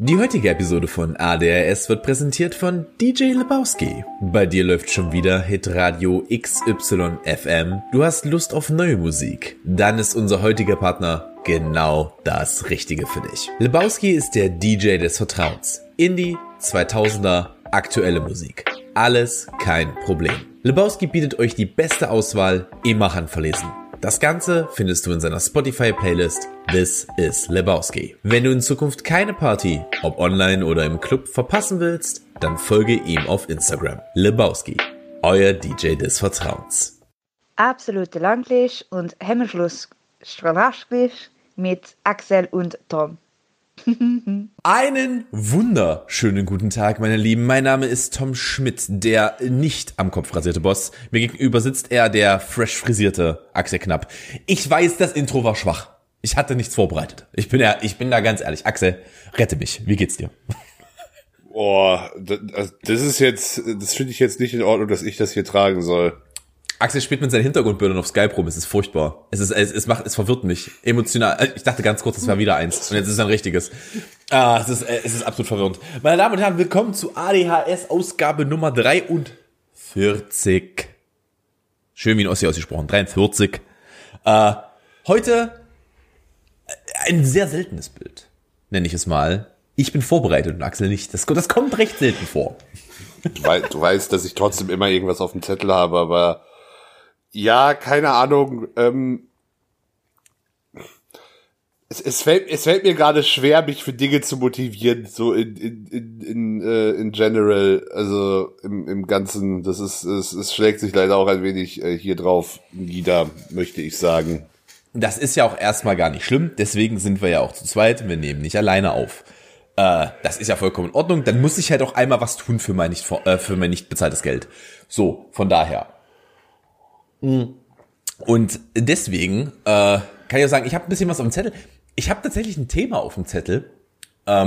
Die heutige Episode von ADHS wird präsentiert von DJ Lebowski. Bei dir läuft schon wieder Hitradio XYFM. Du hast Lust auf neue Musik? Dann ist unser heutiger Partner genau das Richtige für dich. Lebowski ist der DJ des Vertrauens. Indie, 2000er, aktuelle Musik. Alles kein Problem. Lebowski bietet euch die beste Auswahl, immer handverlesen. Das Ganze findest du in seiner Spotify-Playlist This is Lebowski. Wenn du in Zukunft keine Party, ob online oder im Club, verpassen willst, dann folge ihm auf Instagram. Lebowski, euer DJ des Vertrauens. Absolute Langlisch und Hemmschluss Stranaschlisch mit Axel und Tom. Einen wunderschönen guten Tag, meine Lieben. Mein Name ist Tom Schmidt, der nicht am Kopf rasierte Boss. Mir gegenüber sitzt er, der fresh frisierte Axel Knapp. Ich weiß, das Intro war schwach. Ich hatte nichts vorbereitet. Ich bin da ganz ehrlich. Axel, rette mich. Wie geht's dir? Oh, das finde ich jetzt nicht in Ordnung, dass ich das hier tragen soll. Axel spielt mit seinen Hintergrundbildern auf Skype rum. Es ist furchtbar. Es verwirrt mich. Emotional. Ich dachte ganz kurz, das wäre wieder eins. Und jetzt ist es ein richtiges. Es ist absolut verwirrend. Meine Damen und Herren, willkommen zu ADHS Ausgabe Nummer 43. Schön wie ein Ossi ausgesprochen. 43. Heute ein sehr seltenes Bild. Nenne ich es mal. Ich bin vorbereitet und Axel nicht. Das kommt recht selten vor. Du weißt, dass ich trotzdem immer irgendwas auf dem Zettel habe, aber ja, keine Ahnung. Es fällt mir gerade schwer, mich für Dinge zu motivieren, so in general, also im Ganzen. Es schlägt sich leider auch ein wenig hier drauf nieder, möchte ich sagen. Das ist ja auch erstmal gar nicht schlimm. Deswegen sind wir ja auch zu zweit. Wir nehmen nicht alleine auf. Das ist ja vollkommen in Ordnung. Dann muss ich halt auch einmal was tun für mein nicht bezahltes Geld. So, von daher. Und deswegen kann ich auch sagen, ich habe ein bisschen was auf dem Zettel. Ich habe tatsächlich ein Thema auf dem Zettel. Da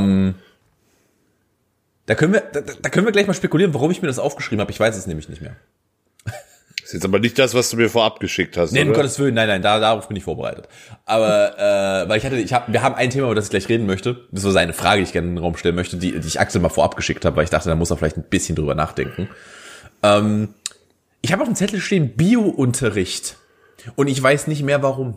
können wir gleich mal spekulieren, warum ich mir das aufgeschrieben habe. Ich weiß es nämlich nicht mehr. Das ist jetzt aber nicht das, was du mir vorab geschickt hast, nee, oder? Um Gottes Willen, nein, darauf bin ich vorbereitet. Aber weil wir haben ein Thema, über das ich gleich reden möchte. Das war eine Frage, die ich gerne in den Raum stellen möchte, die ich Axel mal vorab geschickt habe, weil ich dachte, da muss er vielleicht ein bisschen drüber nachdenken. Ich habe auf dem Zettel stehen Bio-Unterricht und ich weiß nicht mehr warum.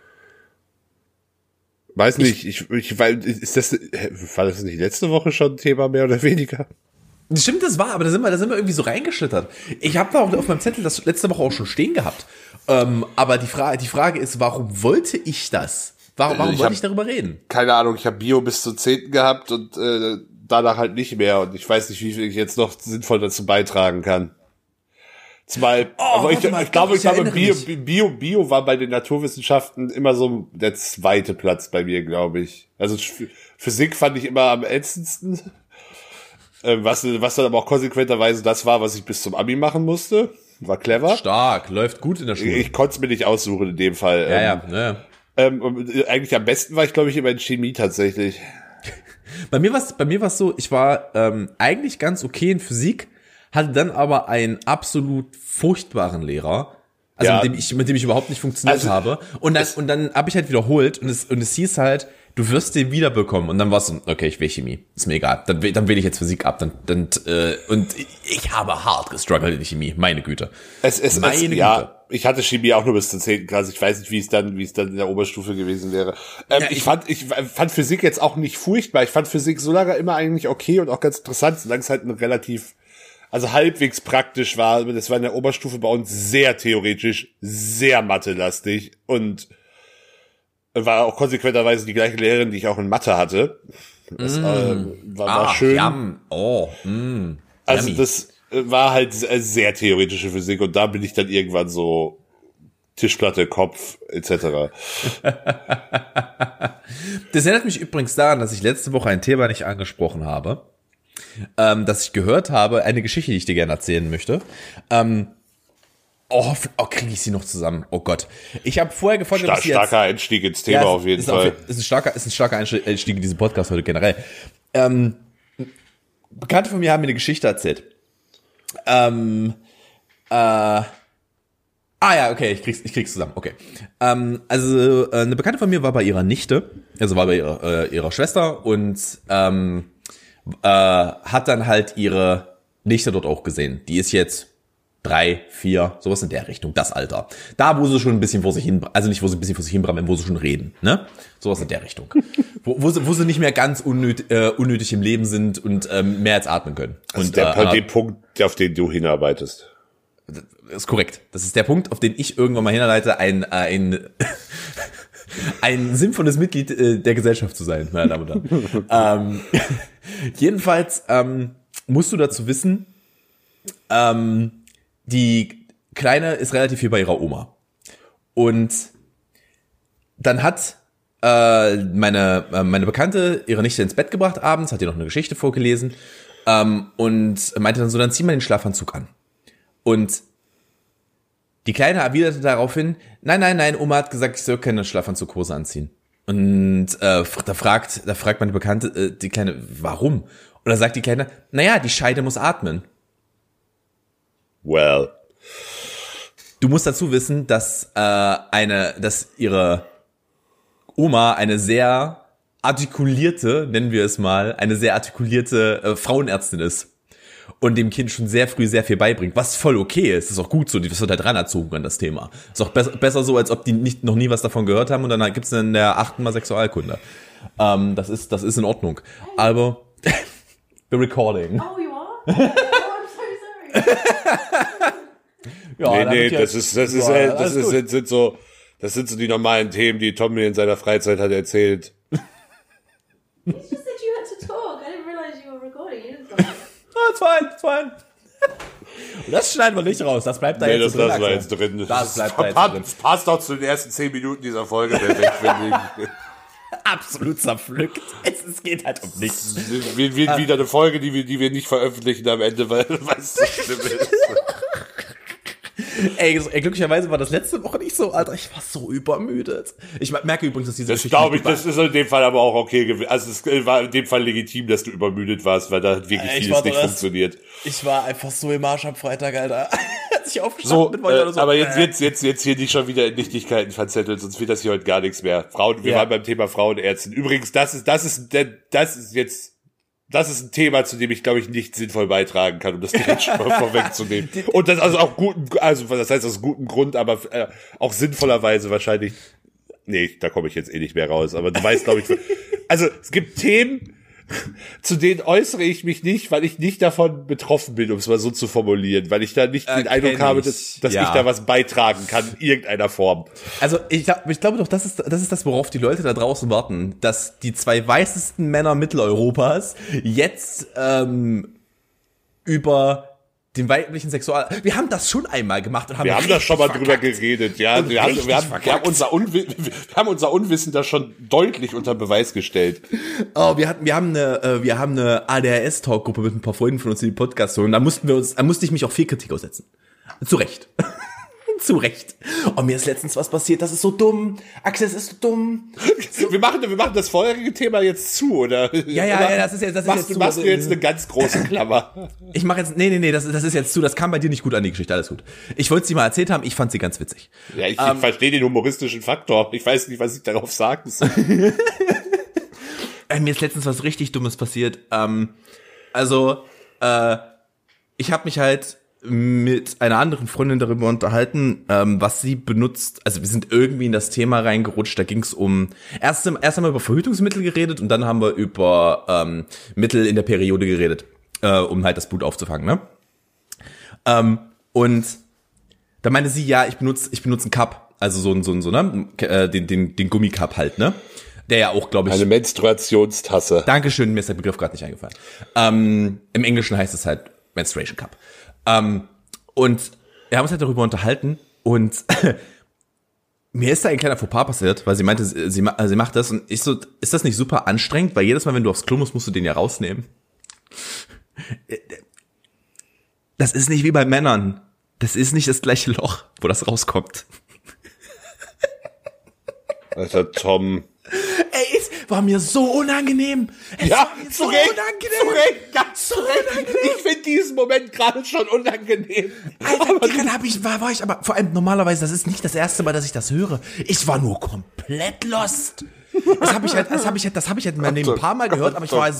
Weiß nicht, war das nicht letzte Woche schon ein Thema, mehr oder weniger? Stimmt, das war, aber da sind wir irgendwie so reingeschlittert. Ich habe da auch auf meinem Zettel das letzte Woche auch schon stehen gehabt. Aber die Frage ist, warum wollte ich das? Warum wollte ich darüber reden? Keine Ahnung, ich habe Bio bis zur 10. gehabt und danach halt nicht mehr. Und ich weiß nicht, wie viel ich jetzt noch sinnvoll dazu beitragen kann. Zumal, aber ich glaube, Bio war bei den Naturwissenschaften immer so der zweite Platz bei mir, glaube ich. Also Physik fand ich immer am ätzendsten. Was dann aber auch konsequenterweise das war, was ich bis zum Abi machen musste. War clever. Stark, läuft gut in der Schule. Ich konnte es mir nicht aussuchen in dem Fall. Ja. Eigentlich am besten war ich, glaube ich, immer in Chemie tatsächlich. Bei mir war's so, ich war eigentlich ganz okay in Physik, hatte dann aber einen absolut furchtbaren Lehrer, also ja. mit dem ich überhaupt nicht funktioniert habe. Und dann habe ich halt wiederholt und es hieß halt, du wirst den wiederbekommen. Und dann war es so, okay, ich will Chemie. Ist mir egal. Dann wähle ich jetzt Physik ab. Und ich habe hart gestruggelt in Chemie. Meine Güte. Güte. Ja, ich hatte Chemie auch nur bis zur 10. Klasse. Ich weiß nicht, wie es dann in der Oberstufe gewesen wäre. Ich fand Physik jetzt auch nicht furchtbar. Ich fand Physik so lange immer eigentlich okay und auch ganz interessant, solange es halt halbwegs praktisch war. Das war in der Oberstufe bei uns sehr theoretisch, sehr mathelastig und war auch konsequenterweise die gleiche Lehrerin, die ich auch in Mathe hatte. Das war schön. Yum. Also das war halt sehr theoretische Physik und da bin ich dann irgendwann so Tischplatte, Kopf etc. Das erinnert mich übrigens daran, dass ich letzte Woche ein Thema nicht angesprochen habe, dass ich gehört habe, eine Geschichte, die ich dir gerne erzählen möchte. Kriege ich sie noch zusammen? Oh Gott. Ich habe vorher gefordert, dass starker Einstieg ins Thema auf jeden Fall. Ist ein starker Einstieg in diesen Podcast heute generell. Bekannte von mir haben mir eine Geschichte erzählt. Okay, ich krieg's zusammen. Okay. Eine Bekannte von mir war bei ihrer Nichte also war bei ihrer Schwester und hat dann halt ihre Nichte dort auch gesehen. Die ist jetzt 3, 4, sowas in der Richtung, das Alter. Da, wo sie schon ein bisschen vor sich hin, also nicht, wo sie ein bisschen vor sich hinbramen, wo sie schon reden, ne? Sowas in der Richtung. wo sie nicht mehr ganz unnötig im Leben sind und mehr als atmen können. Also und der Punkt, auf den du hinarbeitest. Das ist korrekt. Das ist der Punkt, auf den ich irgendwann mal hinarbeite, ein sinnvolles Mitglied der Gesellschaft zu sein, meine Damen und Herren. Jedenfalls musst du dazu wissen, die Kleine ist relativ viel bei ihrer Oma. Und dann hat meine Bekannte ihre Nichte ins Bett gebracht abends, hat ihr noch eine Geschichte vorgelesen und meinte dann so, dann zieh mal den Schlafanzug an. Und die Kleine erwiderte daraufhin, nein, Oma hat gesagt, ich soll keine Schlafanzughose anziehen. Und da fragt meine Bekannte, die Kleine, warum? Und da sagt die Kleine, naja, die Scheide muss atmen. Well. Du musst dazu wissen, dass ihre Oma eine sehr artikulierte, nennen wir es mal, Frauenärztin ist. Und dem Kind schon sehr früh sehr viel beibringt, was voll okay ist. Ist auch gut so, das wird halt dran erzogen an das Thema. Ist auch besser so, als ob die noch nie was davon gehört haben und dann gibt's in der 8. Mal Sexualkunde. Das ist in Ordnung. Aber the recording. Oh, you are? Oh, I'm so sorry. Ja, nee, das sind so die normalen Themen, die Tom mir in seiner Freizeit hat erzählt. It's just that you had to talk. I didn't realize you were recording. You didn't talk. It's fine. Und das schneiden wir nicht raus, das bleibt da jetzt drin. Das lassen wir jetzt drin. Das bleibt da jetzt drin. Das passt auch zu den ersten 10 Minuten dieser Folge perfekt, finde ich. Absolut zerpflückt. Es geht halt um nichts. Wieder eine Folge, die wir nicht veröffentlichen am Ende, weil es so schlimm ist. Ey, glücklicherweise war das letzte Woche nicht so, Alter. Ich war so übermüdet. Ich merke übrigens, dass diese Geschichte... Das ist in dem Fall aber auch okay gewesen. Also es war in dem Fall legitim, dass du übermüdet warst, weil da wirklich vieles nicht funktioniert. Ich war einfach so im Arsch am Freitag, Alter. Als ich aufgestanden bin, wollte ich so... Aber jetzt hier nicht schon wieder in Nichtigkeiten verzettelt, sonst wird das hier heute gar nichts mehr. Wir waren beim Thema Frauenärzten. Übrigens, das ist ein Thema, zu dem ich, glaube ich, nicht sinnvoll beitragen kann, um das direkt schon mal vorwegzunehmen. Und das also auch das heißt aus gutem Grund, aber auch sinnvollerweise wahrscheinlich. Nee, da komme ich jetzt eh nicht mehr raus, aber du weißt, glaube ich, also es gibt Themen, zu denen äußere ich mich nicht, weil ich nicht davon betroffen bin, um es mal so zu formulieren, weil ich da nicht den Eindruck habe, dass ich da was beitragen kann in irgendeiner Form. Also ich glaube doch, das ist das, worauf die Leute da draußen warten, dass die 2 weißesten Männer Mitteleuropas jetzt über den weiblichen wir haben das schon einmal gemacht und wir haben da schon mal drüber geredet, ja. Wir haben unser Unwissen da schon deutlich unter Beweis gestellt. Oh, wir haben eine ADHS-Talk-Gruppe mit ein paar Freunden von uns, die Podcast hören. Da musste ich mich auch viel Kritik aussetzen. Zu Recht. Zu Recht. Oh, mir ist letztens was passiert, das ist so dumm. Axel, das ist so dumm. Wir machen das vorherige Thema jetzt zu, oder? Ja, das ist jetzt zu. Machst du jetzt eine ganz große Klammer? Ich mache jetzt, nee, das ist jetzt zu, das kam bei dir nicht gut an, die Geschichte, alles gut. Ich wollte sie mal erzählt haben, ich fand sie ganz witzig. Ja, ich verstehe den humoristischen Faktor. Ich weiß nicht, was ich darauf sagen soll. Mir ist letztens was richtig Dummes passiert. Ich habe mich halt mit einer anderen Freundin darüber unterhalten, was sie benutzt. Also wir sind irgendwie in das Thema reingerutscht. Da ging es erst haben wir über Verhütungsmittel geredet und dann haben wir über Mittel in der Periode geredet, um halt das Blut aufzufangen, ne? Und da meinte sie, ja, ich benutze einen Cup, also den Gummicup halt, ne? Der ja auch, glaube ich... Eine Menstruationstasse. Dankeschön, mir ist der Begriff gerade nicht eingefallen. Im Englischen heißt es halt Menstruation Cup. Und wir haben uns halt darüber unterhalten und mir ist da ein kleiner Fauxpas passiert, weil sie meinte, sie macht das und ich so, ist das nicht super anstrengend? Weil jedes Mal, wenn du aufs Klo musst du den ja rausnehmen. Das ist nicht wie bei Männern. Das ist nicht das gleiche Loch, wo das rauskommt. Alter, Tom... Ey, es war mir so unangenehm. Es war mir so unangenehm. Ganz unangenehm. Ich finde diesen Moment gerade schon unangenehm. Alter, aber vor allem normalerweise, das ist nicht das erste Mal, dass ich das höre. Ich war nur komplett lost. Das habe ich halt in meinem Leben ein paar Mal gehört, aber ich war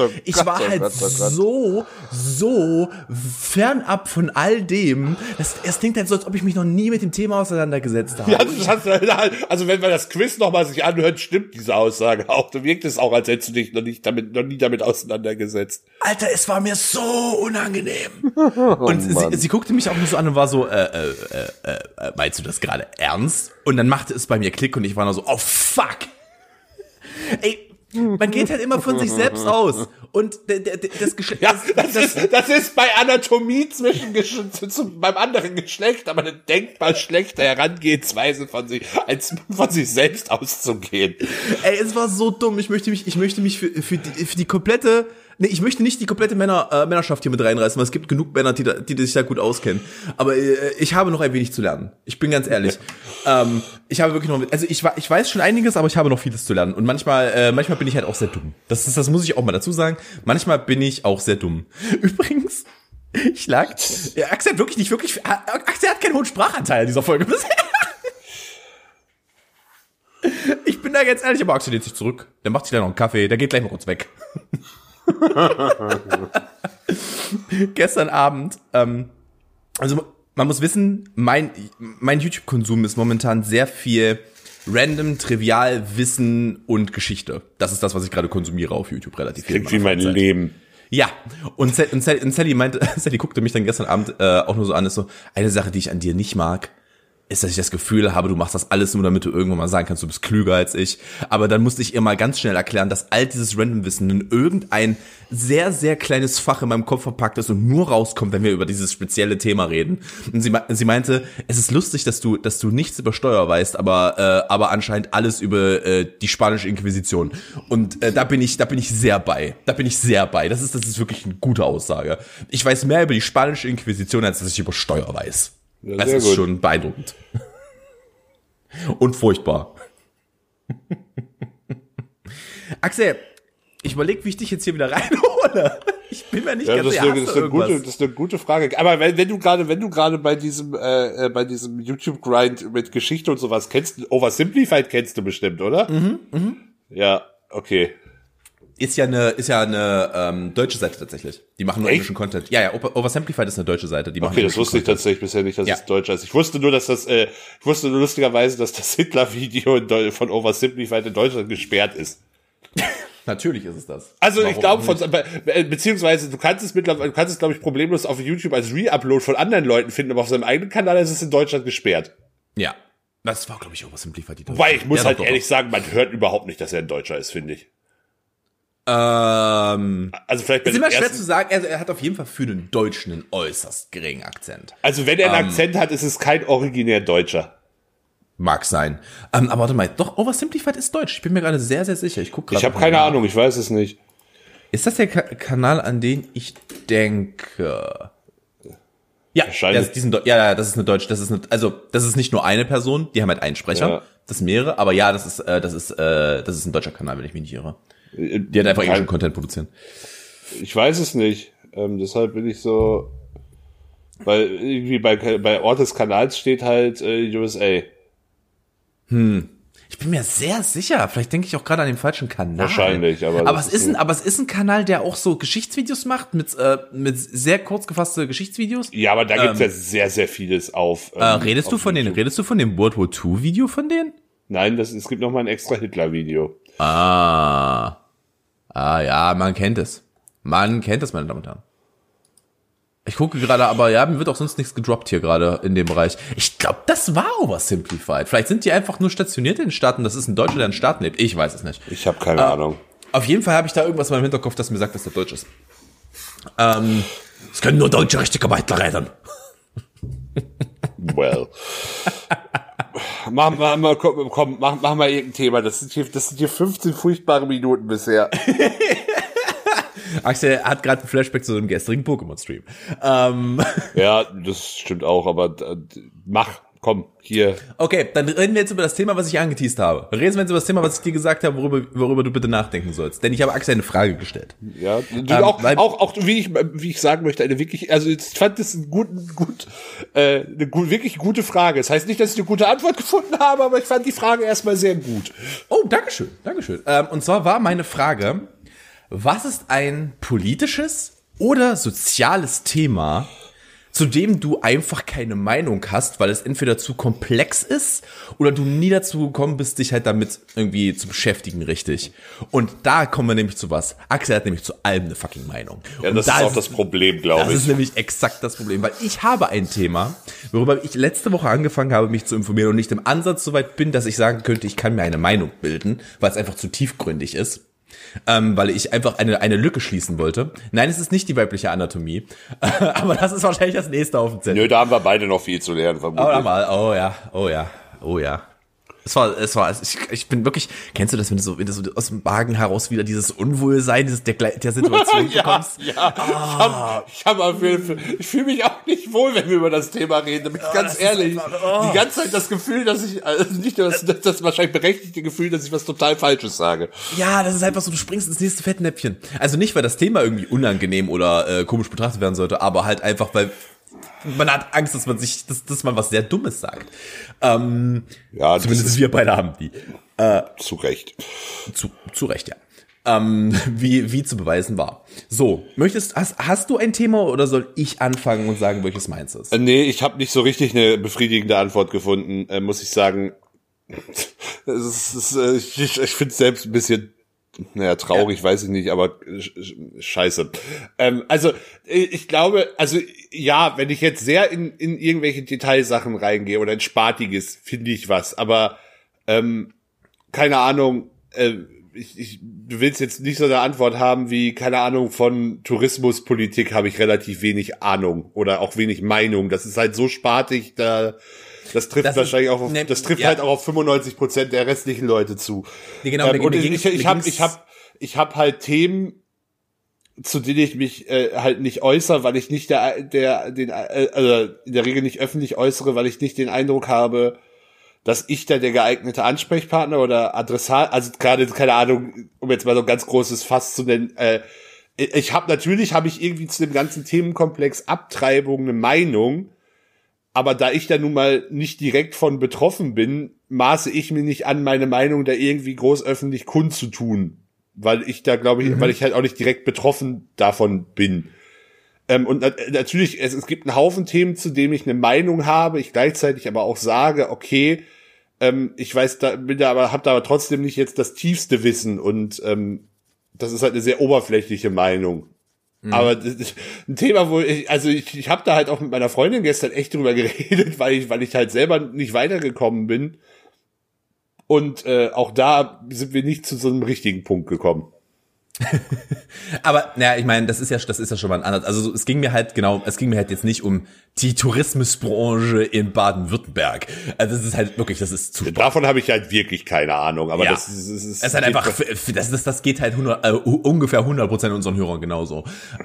so fernab von all dem. Es klingt halt so, als ob ich mich noch nie mit dem Thema auseinandergesetzt habe. Ja, also wenn man das Quiz nochmal sich anhört, stimmt diese Aussage auch. Du wirkt es auch, als hättest du dich noch nie damit auseinandergesetzt. Alter, es war mir so unangenehm. Und sie guckte mich auch nur so an und war so, meinst du das gerade ernst? Und dann machte es bei mir Klick und ich war nur so, oh fuck. Ey, man geht halt immer von sich selbst aus. Und das Geschlecht. Ja, das ist bei Anatomie beim anderen Geschlecht, aber eine denkbar schlechte Herangehensweise von sich, als von sich selbst auszugehen. Ey, es war so dumm. Ich möchte mich für die komplette. Nee, ich möchte nicht die komplette Männerschaft hier mit reinreißen, weil es gibt genug Männer, die sich da gut auskennen. Aber ich habe noch ein wenig zu lernen. Ich bin ganz ehrlich. Ich habe wirklich noch, also ich weiß schon einiges, aber ich habe noch vieles zu lernen. Und manchmal bin ich halt auch sehr dumm. Das muss ich auch mal dazu sagen. Manchmal bin ich auch sehr dumm. Übrigens, Axel hat Axel hat keinen hohen Sprachanteil in dieser Folge bisher. Ich bin da ganz ehrlich, aber Axel lehnt sich zurück. Der macht sich gleich noch einen Kaffee, der geht gleich mal kurz weg. Gestern Abend, also man muss wissen, mein YouTube-Konsum ist momentan sehr viel random, trivial, Wissen und Geschichte. Das ist das, was ich gerade konsumiere auf YouTube relativ viel. Klingt wie mein Leben. Ja, und Sally guckte mich dann gestern Abend auch nur so an, ist so, eine Sache, die ich an dir nicht mag, ist, dass ich das Gefühl habe, du machst das alles nur, damit du irgendwann mal sagen kannst, du bist klüger als ich. Aber dann musste ich ihr mal ganz schnell erklären, dass all dieses Random-Wissen in irgendein sehr, sehr kleines Fach in meinem Kopf verpackt ist und nur rauskommt, wenn wir über dieses spezielle Thema reden. Und sie meinte, es ist lustig, dass du nichts über Steuer weißt, aber anscheinend alles über die spanische Inquisition. Und da bin ich sehr bei. Das ist wirklich eine gute Aussage. Ich weiß mehr über die spanische Inquisition, als dass ich über Steuer weiß. Ja, das ist gut. Schon beeindruckend. Und furchtbar. Axel, ich überlege, wie ich dich jetzt hier wieder reinhole. Ich bin mir nicht ganz sicher. Das ist eine gute Frage. Aber wenn du gerade bei diesem YouTube-Grind mit Geschichte und sowas kennst, Oversimplified kennst du bestimmt, oder? Ja, okay. Ist ja eine deutsche Seite tatsächlich. Die machen nur englischen Content. Ja, Oversimplified ist eine deutsche Seite. Die machen okay, das wusste ich tatsächlich bisher nicht, dass es deutsch ist. Ich wusste nur lustigerweise, dass das Hitler-Video von Oversimplified in Deutschland gesperrt ist. Natürlich ist es das. Also warum ich glaube, beziehungsweise du kannst es, glaube ich, problemlos auf YouTube als Re-Upload von anderen Leuten finden, aber auf seinem eigenen Kanal ist es in Deutschland gesperrt. Ja. Das war, glaube ich, Oversimplified. Wobei, ich muss halt ehrlich sagen, man hört überhaupt nicht, dass er ein Deutscher ist, finde ich. Also vielleicht ist immer schwer zu sagen, er hat auf jeden Fall für einen Deutschen einen äußerst geringen Akzent. Also wenn er einen Akzent hat, ist es kein originär Deutscher. Mag sein. Aber warte mal, doch, Oversimplified ist deutsch. Ich bin mir gerade sehr, sehr sicher. Ich habe keine Ahnung, ich weiß es nicht. Ist das der Kanal, an den ich denke? Ja, das ist eine deutsche, das ist nicht nur eine Person, die haben halt einen Sprecher, das sind mehrere, aber ja, das ist ein deutscher Kanal, wenn ich mich nicht irre. Die hat einfach englischen Content produzieren. Ich weiß es nicht. Deshalb bin ich so, weil irgendwie bei Ort des Kanals steht halt USA. Ich bin mir sehr sicher. Vielleicht denke ich auch gerade an den falschen Kanal. Wahrscheinlich, aber es ist ein Kanal, der auch so Geschichtsvideos macht mit sehr kurz gefasste Geschichtsvideos. Ja, aber da gibt's ja sehr, sehr vieles auf. Redest du von dem World War II Video von denen? Nein, es gibt noch mal ein extra Hitler-Video. Ja, man kennt es, meine Damen und Herren. Ich gucke gerade, aber ja, mir wird auch sonst nichts gedroppt hier gerade in dem Bereich. Ich glaube, das war Oversimplified. Vielleicht sind die einfach nur stationiert in den Staaten. Das ist ein Deutscher, der in den Staaten lebt. Ich weiß es nicht. Ich habe keine Ahnung. Auf jeden Fall habe ich da irgendwas in meinem Hinterkopf, das mir sagt, dass der Deutsch ist. Es können nur deutsche richtige Beitler reden. Well. Mach mal irgendein Thema. Das sind hier 15 furchtbare Minuten bisher. Axel hat gerade ein Flashback zu einem gestrigen Pokémon-Stream. Ja, das stimmt auch, aber komm, hier. Okay, dann reden wir jetzt über das Thema, was ich angeteast habe. Reden wir jetzt über das Thema, was ich dir gesagt habe, worüber du bitte nachdenken sollst. Denn ich habe Axel eine Frage gestellt. Ja, auch wie ich sagen möchte, eine wirklich, also ich fand das wirklich gute Frage. Das heißt nicht, dass ich eine gute Antwort gefunden habe, aber ich fand die Frage erstmal sehr gut. Oh, Dankeschön. Und zwar war meine Frage, was ist ein politisches oder soziales Thema, zu dem du einfach keine Meinung hast, weil es entweder zu komplex ist oder du nie dazu gekommen bist, dich halt damit irgendwie zu beschäftigen, richtig. Und da kommen wir nämlich zu was. Axel hat nämlich zu allem eine fucking Meinung. Ja, das ist auch das Problem, glaube ich. Das ist nämlich exakt das Problem, weil ich habe ein Thema, worüber ich letzte Woche angefangen habe, mich zu informieren und nicht im Ansatz so weit bin, dass ich sagen könnte, ich kann mir eine Meinung bilden, weil es einfach zu tiefgründig ist. Weil ich einfach eine Lücke schließen wollte. Nein, es ist nicht die weibliche Anatomie, aber das ist wahrscheinlich das nächste auf dem Zettel. Nö, da haben wir beide noch viel zu lernen, vermutlich. Oh ja. Ich bin wirklich, kennst du das, wenn du so aus dem Magen heraus wieder dieses Unwohlsein der Situation bekommst? Ich fühle mich auch nicht wohl, wenn wir über das Thema reden, da bin ich ganz ehrlich. Die ganze Zeit das Gefühl, dass ich, also nicht nur das wahrscheinlich berechtigte Gefühl, dass ich was total Falsches sage. Ja, das ist einfach so, du springst ins nächste Fettnäpfchen. Also nicht, weil das Thema irgendwie unangenehm oder komisch betrachtet werden sollte, aber halt einfach, weil man hat Angst, dass man was sehr Dummes sagt. Ja, zumindest wir beide haben die. Zu Recht. Zu Recht, ja. Wie zu beweisen war. So, hast du ein Thema oder soll ich anfangen und sagen, welches meins ist? Nee, ich habe nicht so richtig eine befriedigende Antwort gefunden, muss ich sagen. Ich finde es selbst ein bisschen traurig, weiß ich nicht, aber scheiße. Also, ich glaube, ja, wenn ich jetzt sehr in irgendwelche Detailsachen reingehe oder in Spartiges, finde ich was, aber keine Ahnung, du willst jetzt nicht so eine Antwort haben wie, keine Ahnung, von Tourismuspolitik habe ich relativ wenig Ahnung oder auch wenig Meinung. Das ist halt so spartig, das trifft halt auch auf 95% der restlichen Leute zu. Nee, genau, und ich hab halt Themen, zu denen ich mich halt nicht äußere, weil ich nicht also in der Regel nicht öffentlich äußere, weil ich nicht den Eindruck habe, dass ich da der geeignete Ansprechpartner oder Adressat, also gerade, keine Ahnung, um jetzt mal so ein ganz großes Fass zu nennen, ich habe irgendwie zu dem ganzen Themenkomplex Abtreibung eine Meinung, aber da ich da nun mal nicht direkt von betroffen bin, maße ich mir nicht an, meine Meinung da irgendwie groß öffentlich kundzutun, weil ich da, glaube ich, weil ich halt auch nicht direkt betroffen davon bin. Und natürlich, es gibt einen Haufen Themen, zu denen ich eine Meinung habe, ich gleichzeitig aber auch sage, okay, ich weiß, hab da aber trotzdem nicht jetzt das tiefste Wissen und das ist halt eine sehr oberflächliche Meinung. Aber ein Thema, wo ich habe da halt auch mit meiner Freundin gestern echt drüber geredet, weil ich halt selber nicht weitergekommen bin. Und auch da sind wir nicht zu so einem richtigen Punkt gekommen. Aber, ich meine, das ist ja schon mal ein anderes. Also es ging mir halt jetzt nicht um die Tourismusbranche in Baden-Württemberg. Also das ist halt wirklich, das ist zu spannend. Davon habe ich halt wirklich keine Ahnung, aber das ist es ist halt einfach, das geht halt ungefähr 100% unseren Hörern genauso.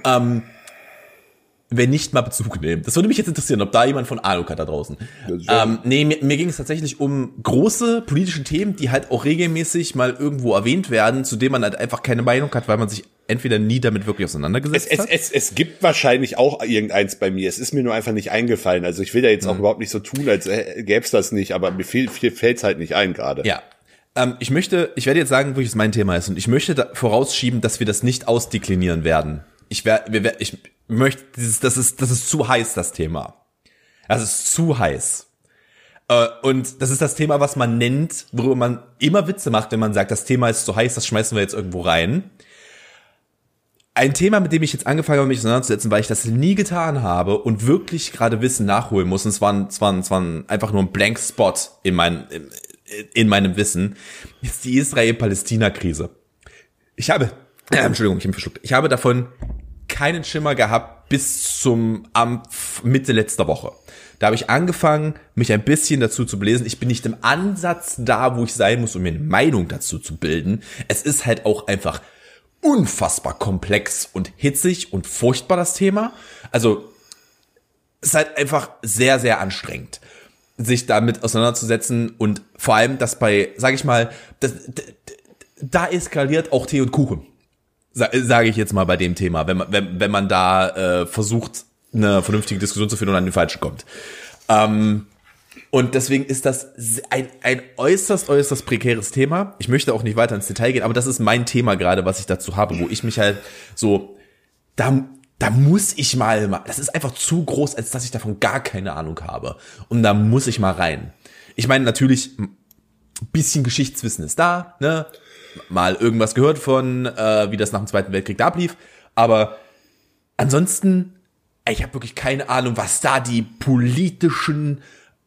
Wenn nicht mal Bezug nehmen. Das würde mich jetzt interessieren, ob da jemand von Ahnung hat da draußen. Mir ging es tatsächlich um große politische Themen, die halt auch regelmäßig mal irgendwo erwähnt werden, zu denen man halt einfach keine Meinung hat, weil man sich entweder nie damit wirklich auseinandergesetzt hat. Es gibt wahrscheinlich auch irgendeins bei mir. Es ist mir nur einfach nicht eingefallen. Also ich will ja jetzt auch überhaupt nicht so tun, als gäbe es das nicht, aber mir fällt's halt nicht ein gerade. Ja. Ich werde jetzt sagen, welches mein Thema ist, und ich möchte vorausschieben, dass wir das nicht ausdeklinieren werden. Ich möchte, das ist zu heiß, das Thema. Das ist zu heiß. Und das ist das Thema, was man nennt, worüber man immer Witze macht, wenn man sagt, das Thema ist zu heiß, das schmeißen wir jetzt irgendwo rein. Ein Thema, mit dem ich jetzt angefangen habe, mich auseinanderzusetzen, weil ich das nie getan habe und wirklich gerade Wissen nachholen muss. Und es war einfach nur ein Blank Spot in meinem Wissen. Ist die Israel-Palästina-Krise. Ich habe davon keinen Schimmer gehabt bis Mitte letzter Woche. Da habe ich angefangen, mich ein bisschen dazu zu belesen. Ich bin nicht im Ansatz da, wo ich sein muss, um mir eine Meinung dazu zu bilden. Es ist halt auch einfach unfassbar komplex und hitzig und furchtbar, das Thema. Also, es ist halt einfach sehr, sehr anstrengend. sich damit auseinanderzusetzen und vor allem, dass bei, sag ich mal, da eskaliert auch Tee und Kuchen, sage ich jetzt mal bei dem Thema, wenn man da versucht, eine vernünftige Diskussion zu führen und an den Falschen kommt. Und deswegen ist das ein äußerst prekäres Thema. Ich möchte auch nicht weiter ins Detail gehen, aber das ist mein Thema gerade, was ich dazu habe, wo ich mich halt so, da muss ich mal, das ist einfach zu groß, als dass ich davon gar keine Ahnung habe. Und da muss ich mal rein. Ich meine, natürlich, ein bisschen Geschichtswissen ist da, ne? Mal irgendwas gehört von, wie das nach dem Zweiten Weltkrieg da ablief. Aber ansonsten, ich habe wirklich keine Ahnung, was da die politischen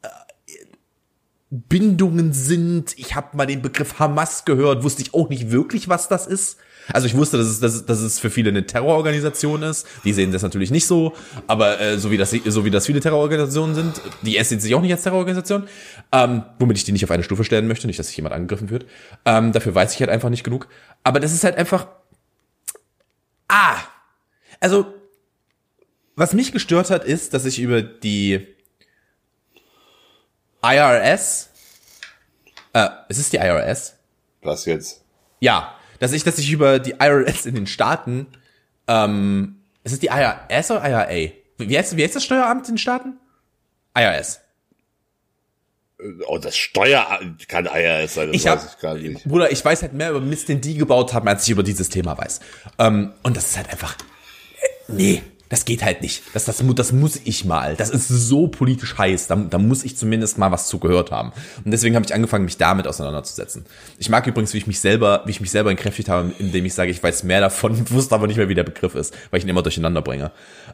Bindungen sind. Ich habe mal den Begriff Hamas gehört, wusste ich auch nicht wirklich, was das ist. Also ich wusste, dass es für viele eine Terrororganisation ist. Die sehen das natürlich nicht so, aber so wie das viele Terrororganisationen sind, die IS sieht sich auch nicht als Terrororganisation, womit ich die nicht auf eine Stufe stellen möchte, nicht, dass sich jemand angegriffen wird. Dafür weiß ich halt einfach nicht genug. Aber das ist halt einfach, also was mich gestört hat, ist, dass ich über die IRS, ist es die IRS? Was jetzt? Ja, dass ich über die IRS in den Staaten, ist es die IRS oder IRA? Wie heißt das Steueramt in den Staaten? IRS. Oh, das Steueramt kann IRS sein, das weiß ich gar nicht. Bruder, ich weiß halt mehr über Mist, den die gebaut haben, als ich über dieses Thema weiß. Und das ist halt einfach, nee. Das geht halt nicht. Das muss ich mal. Das ist so politisch heiß. Da muss ich zumindest mal was zugehört haben. Und deswegen habe ich angefangen, mich damit auseinanderzusetzen. Ich mag übrigens, wie ich mich selber entkräftigt habe, indem ich sage, ich weiß mehr davon, wusste aber nicht mehr, wie der Begriff ist, weil ich ihn immer durcheinander bringe.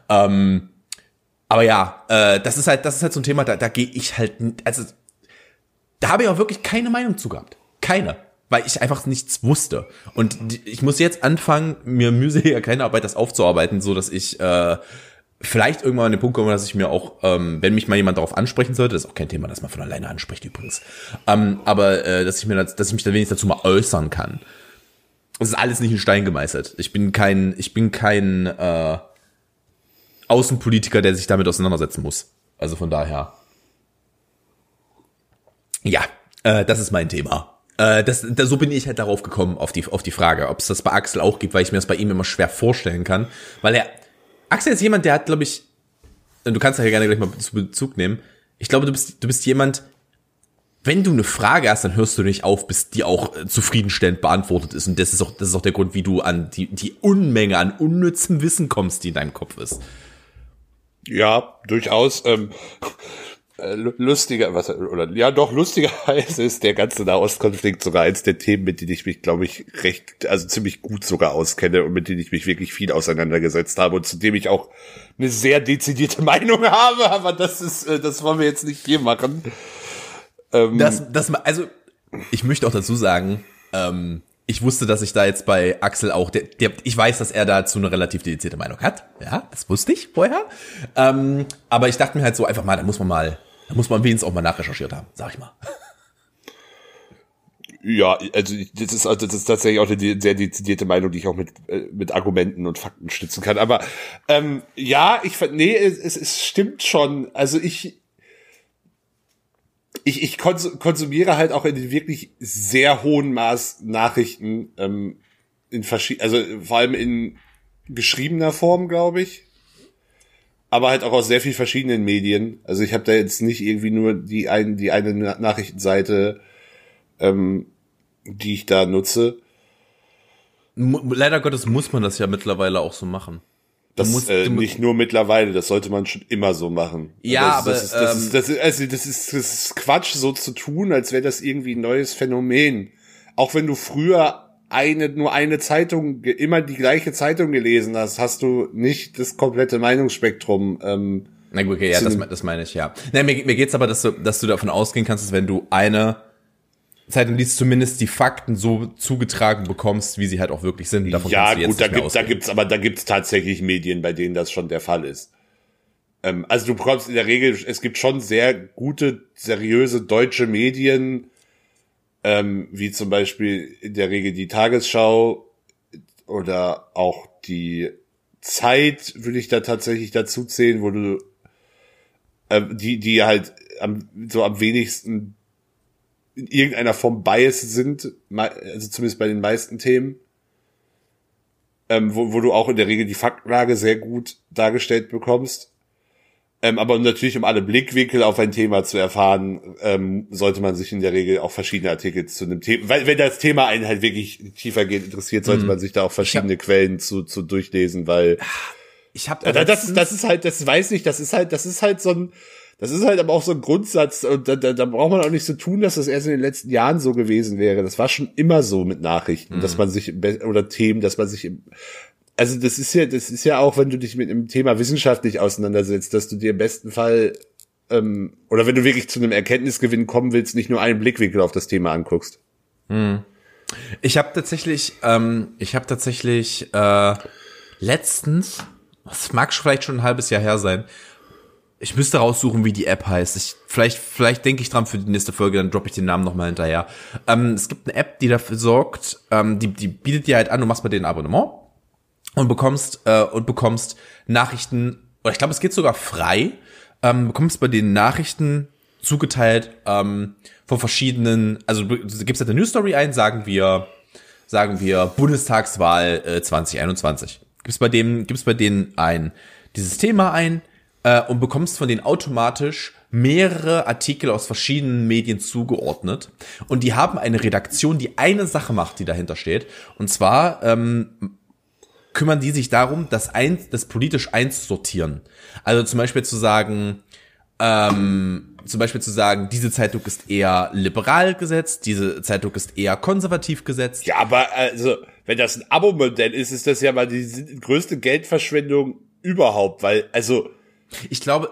Aber ja, das ist halt so ein Thema, da gehe ich halt, also, da habe ich auch wirklich keine Meinung zu gehabt. Keine. Weil ich einfach nichts wusste. Und ich muss jetzt anfangen, mir mühseliger keine Arbeit das aufzuarbeiten, so dass ich vielleicht irgendwann an den Punkt komme, dass ich mir auch, wenn mich mal jemand darauf ansprechen sollte, das ist auch kein Thema, das man von alleine anspricht übrigens, aber dass ich mich dann wenigstens dazu mal äußern kann. Das ist alles nicht in Stein gemeißelt. Ich bin kein Außenpolitiker, der sich damit auseinandersetzen muss. Also von daher. Ja, das ist mein Thema. So bin ich halt darauf gekommen, auf die Frage, ob es das bei Axel auch gibt, weil ich mir das bei ihm immer schwer vorstellen kann. Weil Axel ist jemand, der hat, glaube ich, du kannst ja gerne gleich mal zu Bezug nehmen. Ich glaube, du bist jemand, wenn du eine Frage hast, dann hörst du nicht auf, bis die auch zufriedenstellend beantwortet ist. Und das ist auch der Grund, wie du an die Unmenge an unnützem Wissen kommst, die in deinem Kopf ist. Ja, durchaus. Lustigerweise ist der ganze Nahostkonflikt sogar eins der Themen, mit denen ich mich, glaube ich, ziemlich gut sogar auskenne und mit denen ich mich wirklich viel auseinandergesetzt habe und zu dem ich auch eine sehr dezidierte Meinung habe, aber das wollen wir jetzt nicht hier machen. Also, ich möchte auch dazu sagen, ich wusste, dass ich da jetzt bei Axel auch, ich weiß, dass er dazu eine relativ dedizierte Meinung hat. Ja, das wusste ich vorher. Aber ich dachte mir halt so einfach mal, da muss man wenigstens auch mal nachrecherchiert haben, sag ich mal. Ja, also das ist tatsächlich auch eine sehr dezidierte Meinung, die ich auch mit Argumenten und Fakten stützen kann. Aber ja, es stimmt schon. Also ich konsumiere halt auch in den wirklich sehr hohen Maß Nachrichten also vor allem in geschriebener Form, glaube ich. Aber halt auch aus sehr vielen verschiedenen Medien. Also ich habe da jetzt nicht irgendwie nur die eine Nachrichtenseite, die ich da nutze. Leider Gottes muss man das ja mittlerweile auch so machen. Nicht nur mittlerweile, das sollte man schon immer so machen. Ja, das ist Quatsch, so zu tun, als wäre das irgendwie ein neues Phänomen. Auch wenn du früher nur eine Zeitung, immer die gleiche Zeitung gelesen hast, hast du nicht das komplette Meinungsspektrum. Na gut, okay, ja, das meine ich, ja. Na, mir geht's aber, dass du davon ausgehen kannst, dass wenn du eine Zeitung liest, zumindest die Fakten so zugetragen bekommst, wie sie halt auch wirklich sind. Davon ja, gut, da gibt's tatsächlich Medien, bei denen das schon der Fall ist. Also du bekommst in der Regel, es gibt schon sehr gute, seriöse deutsche Medien, wie zum Beispiel in der Regel die Tagesschau oder auch die Zeit, würde ich da tatsächlich dazu zählen, wo du die halt am wenigsten in irgendeiner Form biased sind, also zumindest bei den meisten Themen, wo du auch in der Regel die Faktenlage sehr gut dargestellt bekommst. Aber natürlich, um alle Blickwinkel auf ein Thema zu erfahren, sollte man sich in der Regel auch verschiedene Artikel zu einem Thema, weil wenn das Thema einen halt wirklich tiefergehend interessiert, sollte man sich da auch verschiedene Quellen zu durchlesen, weil ich habe das ist halt aber auch so ein Grundsatz, und da braucht man auch nicht so tun, dass das erst in den letzten Jahren so gewesen wäre. Das war schon immer so mit Nachrichten, dass man sich oder Themen, dass man sich also das ist ja auch, wenn du dich mit einem Thema wissenschaftlich auseinandersetzt, dass du dir im besten Fall oder wenn du wirklich zu einem Erkenntnisgewinn kommen willst, nicht nur einen Blickwinkel auf das Thema anguckst. Ich habe tatsächlich letztens, das mag vielleicht schon ein halbes Jahr her sein, ich müsste raussuchen, wie die App heißt. Vielleicht denke ich dran für die nächste Folge, dann droppe ich den Namen nochmal hinterher. Es gibt eine App, die dafür sorgt, die bietet dir halt an, du machst bei denen ein Abonnement und bekommst Nachrichten, oder ich glaube, es geht sogar frei, bekommst bei den Nachrichten zugeteilt von verschiedenen, also du gibst halt eine Newsstory ein, sagen wir Bundestagswahl 2021. Gibst bei denen dieses Thema ein, und bekommst von denen automatisch mehrere Artikel aus verschiedenen Medien zugeordnet. Und die haben eine Redaktion, die eine Sache macht, die dahinter steht. Und zwar kümmern die sich darum, das politisch einzusortieren. Also zum Beispiel zu sagen, diese Zeitung ist eher liberal gesetzt, diese Zeitung ist eher konservativ gesetzt. Ja, aber also, wenn das ein Abo-Modell ist, ist das ja mal die größte Geldverschwendung überhaupt, weil, also ich glaube,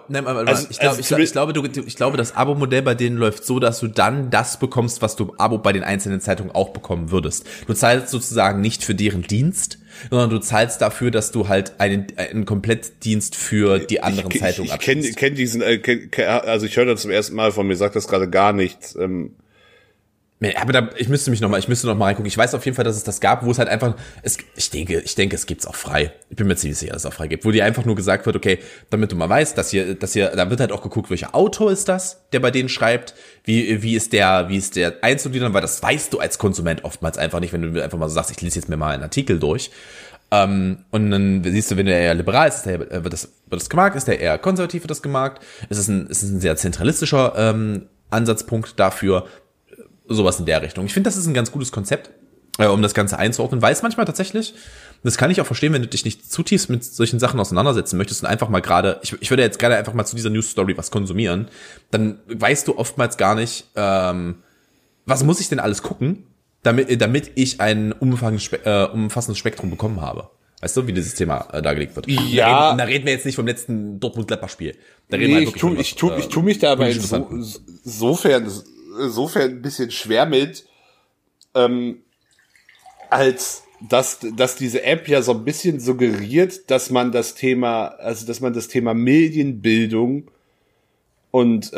das Abo-Modell bei denen läuft so, dass du dann das bekommst, was du im Abo bei den einzelnen Zeitungen auch bekommen würdest. Du zahlst sozusagen nicht für deren Dienst, sondern du zahlst dafür, dass du halt einen Komplettdienst für die anderen Zeitungen abschließt. Ich kenne diesen, also ich höre das zum ersten Mal von mir, sagt das gerade gar nichts. Aber ich müsste noch mal reingucken. Ich weiß auf jeden Fall, dass es das gab, wo es halt einfach, ich denke, es gibt's auch frei. Ich bin mir ziemlich sicher, dass es auch frei gibt, wo dir einfach nur gesagt wird, okay, damit du mal weißt, dass hier, da wird halt auch geguckt, welcher Autor ist das, der bei denen schreibt, wie ist der einzugliedern, weil das weißt du als Konsument oftmals einfach nicht, wenn du einfach mal so sagst, ich lese jetzt mir mal einen Artikel durch. Und dann siehst du, wenn der eher liberal ist, wird das gemarkt, ist der eher konservativ, wird das gemarkt, ist es ein sehr zentralistischer Ansatzpunkt dafür. Sowas in der Richtung. Ich finde, das ist ein ganz gutes Konzept, um das Ganze einzuordnen, weil es manchmal tatsächlich, das kann ich auch verstehen, wenn du dich nicht zutiefst mit solchen Sachen auseinandersetzen möchtest und einfach mal gerade, ich würde jetzt gerade einfach mal zu dieser News-Story was konsumieren, dann weißt du oftmals gar nicht, was muss ich denn alles gucken, damit ich ein umfassendes Spektrum bekommen habe. Weißt du, wie dieses Thema dargelegt wird? Ja. Da reden wir jetzt nicht vom letzten Dortmund-Gladbach-Spiel. Da reden Nee, wir halt ich tu mich da aber insofern ein bisschen schwer mit, als dass diese App ja so ein bisschen suggeriert, dass man das Thema Medienbildung und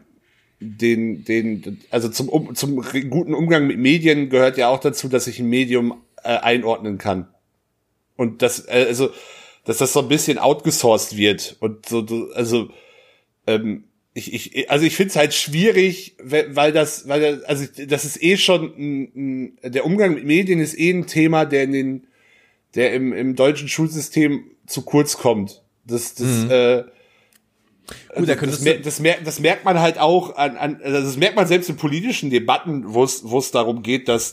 also zum guten Umgang mit Medien gehört ja auch dazu, dass ich ein Medium einordnen kann. Und dass das so ein bisschen outgesourced wird und so, also ich finde es halt schwierig, weil das ist eh schon der Umgang mit Medien ist eh ein Thema, der im deutschen Schulsystem zu kurz kommt. Das merkt man halt auch also das merkt man selbst in politischen Debatten, wo es darum geht, dass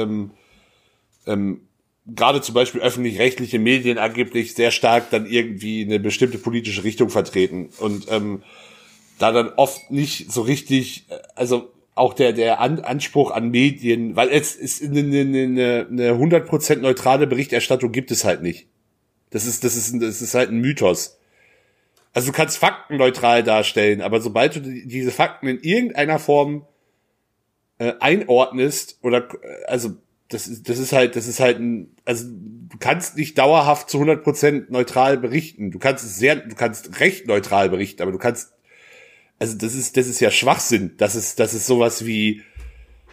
gerade zum Beispiel öffentlich-rechtliche Medien angeblich sehr stark dann irgendwie eine bestimmte politische Richtung vertreten und da dann oft nicht so richtig, also auch der Anspruch an Medien, weil es ist eine 100% neutrale Berichterstattung gibt es halt nicht. Das ist halt ein Mythos. Also du kannst Fakten neutral darstellen, aber sobald du diese Fakten in irgendeiner Form einordnest oder also das ist halt also du kannst nicht dauerhaft zu 100% neutral berichten. Du kannst recht neutral berichten, aber du kannst, also das ist ja Schwachsinn. Das ist sowas wie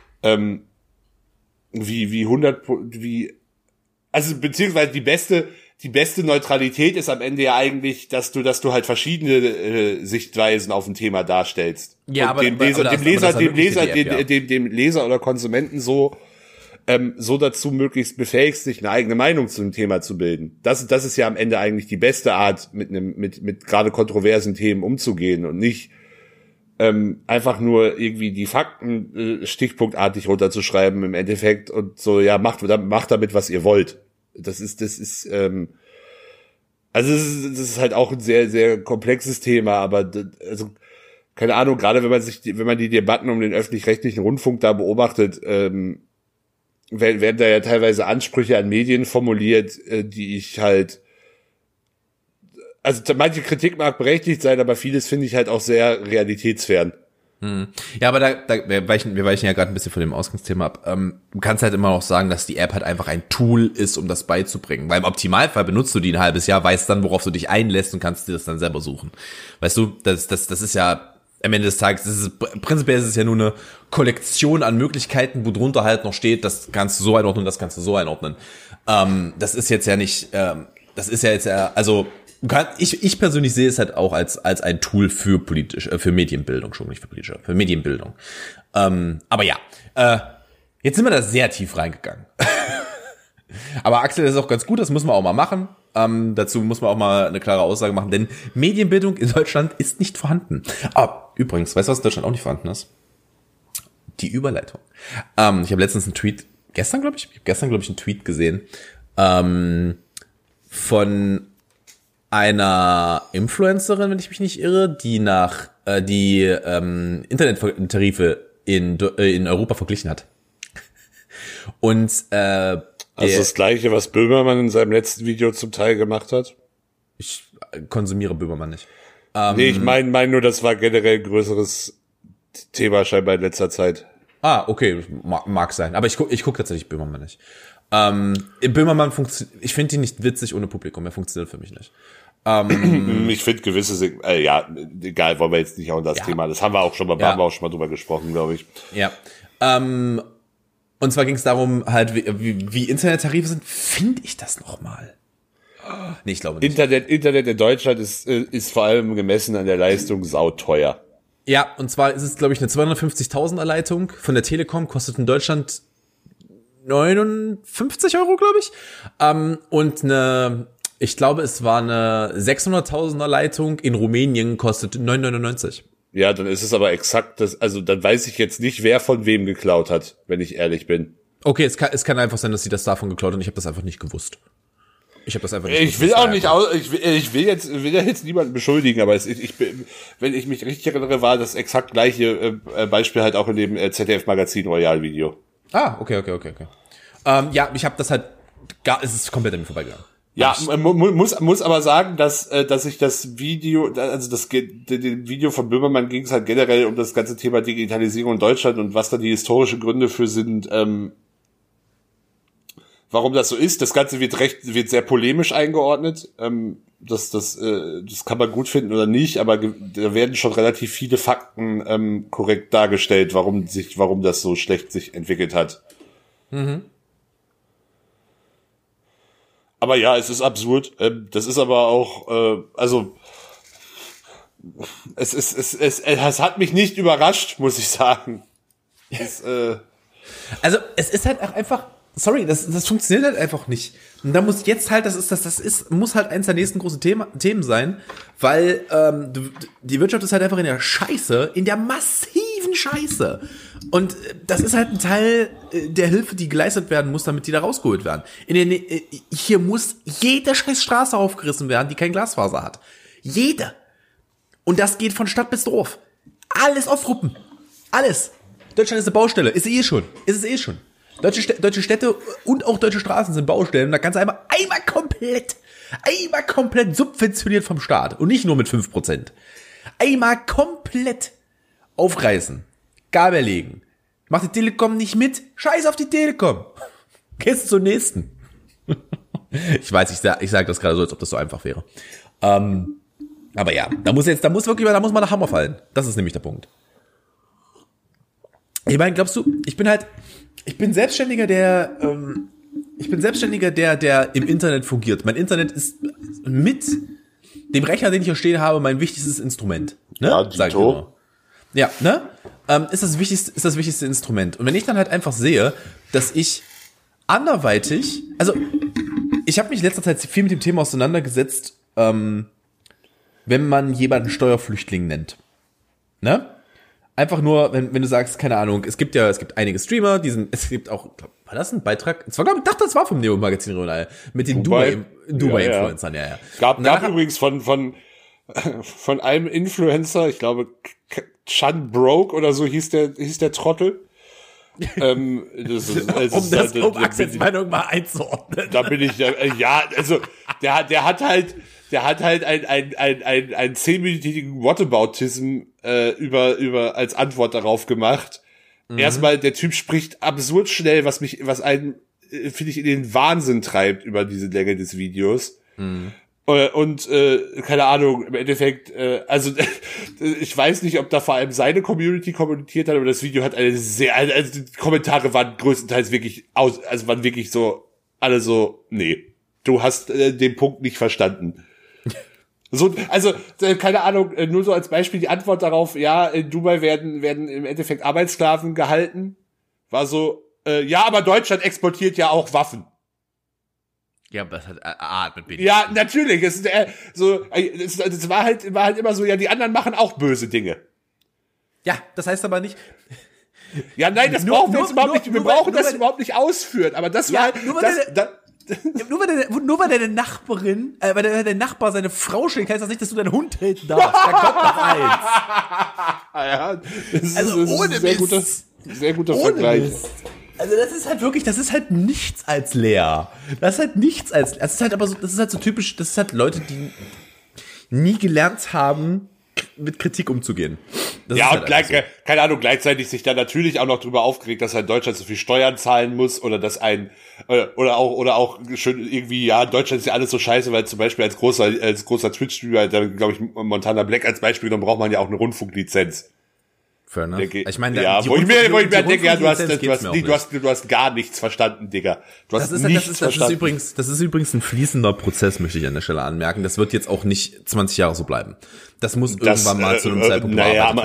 100, also beziehungsweise die beste die beste Neutralität ist am Ende ja eigentlich, dass du halt verschiedene Sichtweisen auf ein Thema darstellst. Ja, und dem Leser oder Konsumenten so dazu möglichst befähigst, sich eine eigene Meinung zu dem Thema zu bilden. Das ist ja am Ende eigentlich die beste Art, mit gerade kontroversen Themen umzugehen und nicht einfach nur irgendwie die Fakten stichpunktartig runterzuschreiben im Endeffekt und so, ja, macht damit, was ihr wollt. Das ist halt auch ein sehr, sehr komplexes Thema, aber also keine Ahnung, gerade wenn man die Debatten um den öffentlich-rechtlichen Rundfunk da beobachtet, werden da ja teilweise Ansprüche an Medien formuliert, die ich halt, also manche Kritik mag berechtigt sein, aber vieles finde ich halt auch sehr realitätsfern. Ja, aber wir weichen ja gerade ein bisschen von dem Ausgangsthema ab. Du kannst halt immer noch sagen, dass die App halt einfach ein Tool ist, um das beizubringen. Weil im Optimalfall benutzt du die ein halbes Jahr, weißt dann, worauf du dich einlässt und kannst dir das dann selber suchen. Weißt du, das ist ja am Ende des Tages, prinzipiell ist es ja nur eine Kollektion an Möglichkeiten, wo drunter halt noch steht, das kannst du so einordnen, das kannst du so einordnen. Das ist jetzt ja nicht, also ich persönlich sehe es halt auch als ein Tool für Medienbildung, schon nicht für politische, für Medienbildung. Aber ja, jetzt sind wir da sehr tief reingegangen. Aber Axel, das ist auch ganz gut, das muss man auch mal machen. Dazu muss man auch mal eine klare Aussage machen, denn Medienbildung in Deutschland ist nicht vorhanden. Übrigens, weißt du, was in Deutschland auch nicht vorhanden ist? Die Überleitung. Ich habe letztens einen Tweet, gestern glaube ich einen Tweet gesehen, von einer Influencerin, wenn ich mich nicht irre, die die Internettarife in Europa verglichen hat. Und also das Gleiche, was Böhmermann in seinem letzten Video zum Teil gemacht hat? Ich konsumiere Böhmermann nicht. Nee, ich meine nur, das war generell ein größeres Thema scheinbar in letzter Zeit. Okay, mag sein. Aber ich guck tatsächlich Böhmermann nicht. Böhmermann ich finde ihn nicht witzig ohne Publikum. Er funktioniert für mich nicht. Ich finde gewisse, egal, wollen wir jetzt nicht auch in das Thema. Das haben wir auch schon mal drüber gesprochen, glaube ich. Ja. Und zwar ging es darum, halt, wie Internettarife sind. Finde ich das nochmal? Nee, ich glaube nicht. Internet in Deutschland ist vor allem gemessen an der Leistung sauteuer. Ja, und zwar ist es, glaube ich, eine 250.000er Leitung von der Telekom, kostet in Deutschland 59 €, glaube ich. Und ich glaube, es war eine 600.000er Leitung in Rumänien, kostet 9,99 €. Ja, dann ist es aber exakt das, also dann weiß ich jetzt nicht, wer von wem geklaut hat, wenn ich ehrlich bin. Okay, es kann einfach sein, dass sie das davon geklaut haben. Ich habe das einfach nicht gewusst. Ich will jetzt niemanden beschuldigen, aber wenn ich mich richtig erinnere, war das exakt gleiche Beispiel halt auch in dem ZDF-Magazin Royal-Video. Okay. Ja, ich habe das halt es ist komplett an mir vorbeigegangen. Ja, muss aber sagen, dass ich das Video, also dem Video von Böhmermann ging es halt generell um das ganze Thema Digitalisierung in Deutschland und was da die historischen Gründe für sind, warum das so ist. Das Ganze wird sehr polemisch eingeordnet. Das kann man gut finden oder nicht, aber da werden schon relativ viele Fakten korrekt dargestellt, warum das so schlecht sich entwickelt hat. Mhm. Aber ja, es ist absurd. Das ist aber auch, es hat mich nicht überrascht, muss ich sagen. Also es ist halt auch einfach, sorry, das funktioniert halt einfach nicht. Und da muss jetzt halt, muss halt eins der nächsten großen Themen sein, weil die Wirtschaft ist halt einfach in der Scheiße, in der massiven Scheiße. Und das ist halt ein Teil der Hilfe, die geleistet werden muss, damit die da rausgeholt werden. Hier muss jede scheiß Straße aufgerissen werden, die kein Glasfaser hat. Jede. Und das geht von Stadt bis Dorf. Alles aufruppen. Alles. Deutschland ist eine Baustelle. Ist es eh schon. Deutsche Städte und auch deutsche Straßen sind Baustellen. Und da kannst du einmal komplett subventioniert vom Staat. Und nicht nur mit 5%. Einmal komplett aufreißen. Gabel legen. Macht die Telekom nicht mit? Scheiß auf die Telekom. Gehst zur nächsten. Ich weiß, ich sage das gerade so, als ob das so einfach wäre. Aber ja, da muss mal der Hammer fallen. Das ist nämlich der Punkt. Ich meine, glaubst du, ich bin Selbstständiger, der Ich bin Selbstständiger, der im Internet fungiert. Mein Internet ist mit dem Rechner, den ich hier stehen habe, mein wichtigstes Instrument. Ne? Ja, Sag ich immer. Ja, ne? Ist das wichtigste Instrument. Und wenn ich dann halt einfach sehe, dass ich anderweitig, also ich habe mich in letzter Zeit viel mit dem Thema auseinandergesetzt, wenn man jemanden Steuerflüchtling nennt. Ne? Einfach nur, wenn du sagst, keine Ahnung, es gibt einige Streamer, es gibt auch, war das ein Beitrag? Ich dachte, das war vom Neo-Magazin Ronald, mit den Dubai-Influencern, ja. Gab übrigens von einem Influencer, ich glaube, Chan Broke oder so hieß der Trottel. Um Axels Meinung mal einzuordnen. Da bin ich, also, der hat halt einen 10-minütigen Whataboutism über als Antwort darauf gemacht. Erstmal, der Typ spricht absurd schnell, was einen, finde ich, in den Wahnsinn treibt über diese Länge des Videos. Und keine Ahnung, im Endeffekt, also ich weiß nicht, ob da vor allem seine Community kommentiert hat, aber das Video hat also die Kommentare waren größtenteils wirklich waren wirklich so, alle so, nee, du hast den Punkt nicht verstanden. So, also, keine Ahnung, nur so als Beispiel die Antwort darauf, ja, in Dubai werden im Endeffekt Arbeitssklaven gehalten, war so, ja, aber Deutschland exportiert ja auch Waffen. Ja, aber das hat mit Ja, natürlich, es war halt immer so, ja, die anderen machen auch böse Dinge. Ja, das heißt aber nicht. Ja, nein, das brauchen wir jetzt überhaupt nicht, wir brauchen das überhaupt nicht ausführen, aber das war halt, nur weil deine Nachbarin, weil der Nachbar seine Frau schlägt, heißt das nicht, dass du deinen Hund treten darfst. Da kommt noch eins. Ja, das ist ohne ein sehr guter Vergleich. Mist. Also das ist halt nichts als leer. Das ist halt so typisch, das ist halt Leute, die nie gelernt haben, mit Kritik umzugehen. Das ja, ist und halt keine Ahnung, gleichzeitig sich dann natürlich auch noch drüber aufgeregt, dass halt Deutschland so viel Steuern zahlen muss oder dass oder auch schön irgendwie, ja, Deutschland ist ja alles so scheiße, weil zum Beispiel als großer Twitch-Streamer, da glaube ich Montana Black als Beispiel, dann braucht man ja auch eine Rundfunklizenz. Ich meine, ja, wo ich mir denke, ja, du hast gar nichts verstanden, Digga. Das ist übrigens ein fließender Prozess, möchte ich an der Stelle anmerken. Das wird jetzt auch nicht 20 Jahre so bleiben. Das muss irgendwann mal zu einem Zeitpunkt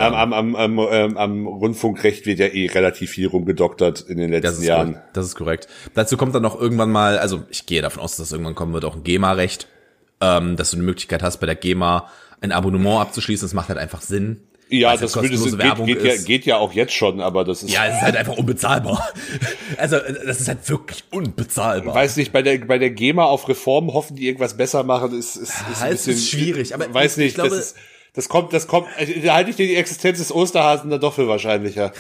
am Rundfunkrecht wird ja relativ viel rumgedoktert in den letzten Jahren. Das ist korrekt. Dazu kommt dann auch irgendwann mal, also ich gehe davon aus, dass das irgendwann kommen wird, auch ein GEMA-Recht, dass du eine Möglichkeit hast, bei der GEMA ein Abonnement abzuschließen. Das macht halt einfach Sinn. Ja, das geht ja auch jetzt schon, aber das ist... Ja, es ist halt einfach unbezahlbar. Also, das ist halt wirklich unbezahlbar. Weiß nicht, bei der GEMA auf Reformen hoffen, die irgendwas besser machen, ist ein bisschen... ist schwierig, aber... Weiß nicht, ich glaube, das kommt, da halte ich die Existenz des Osterhasen dann doch für wahrscheinlicher.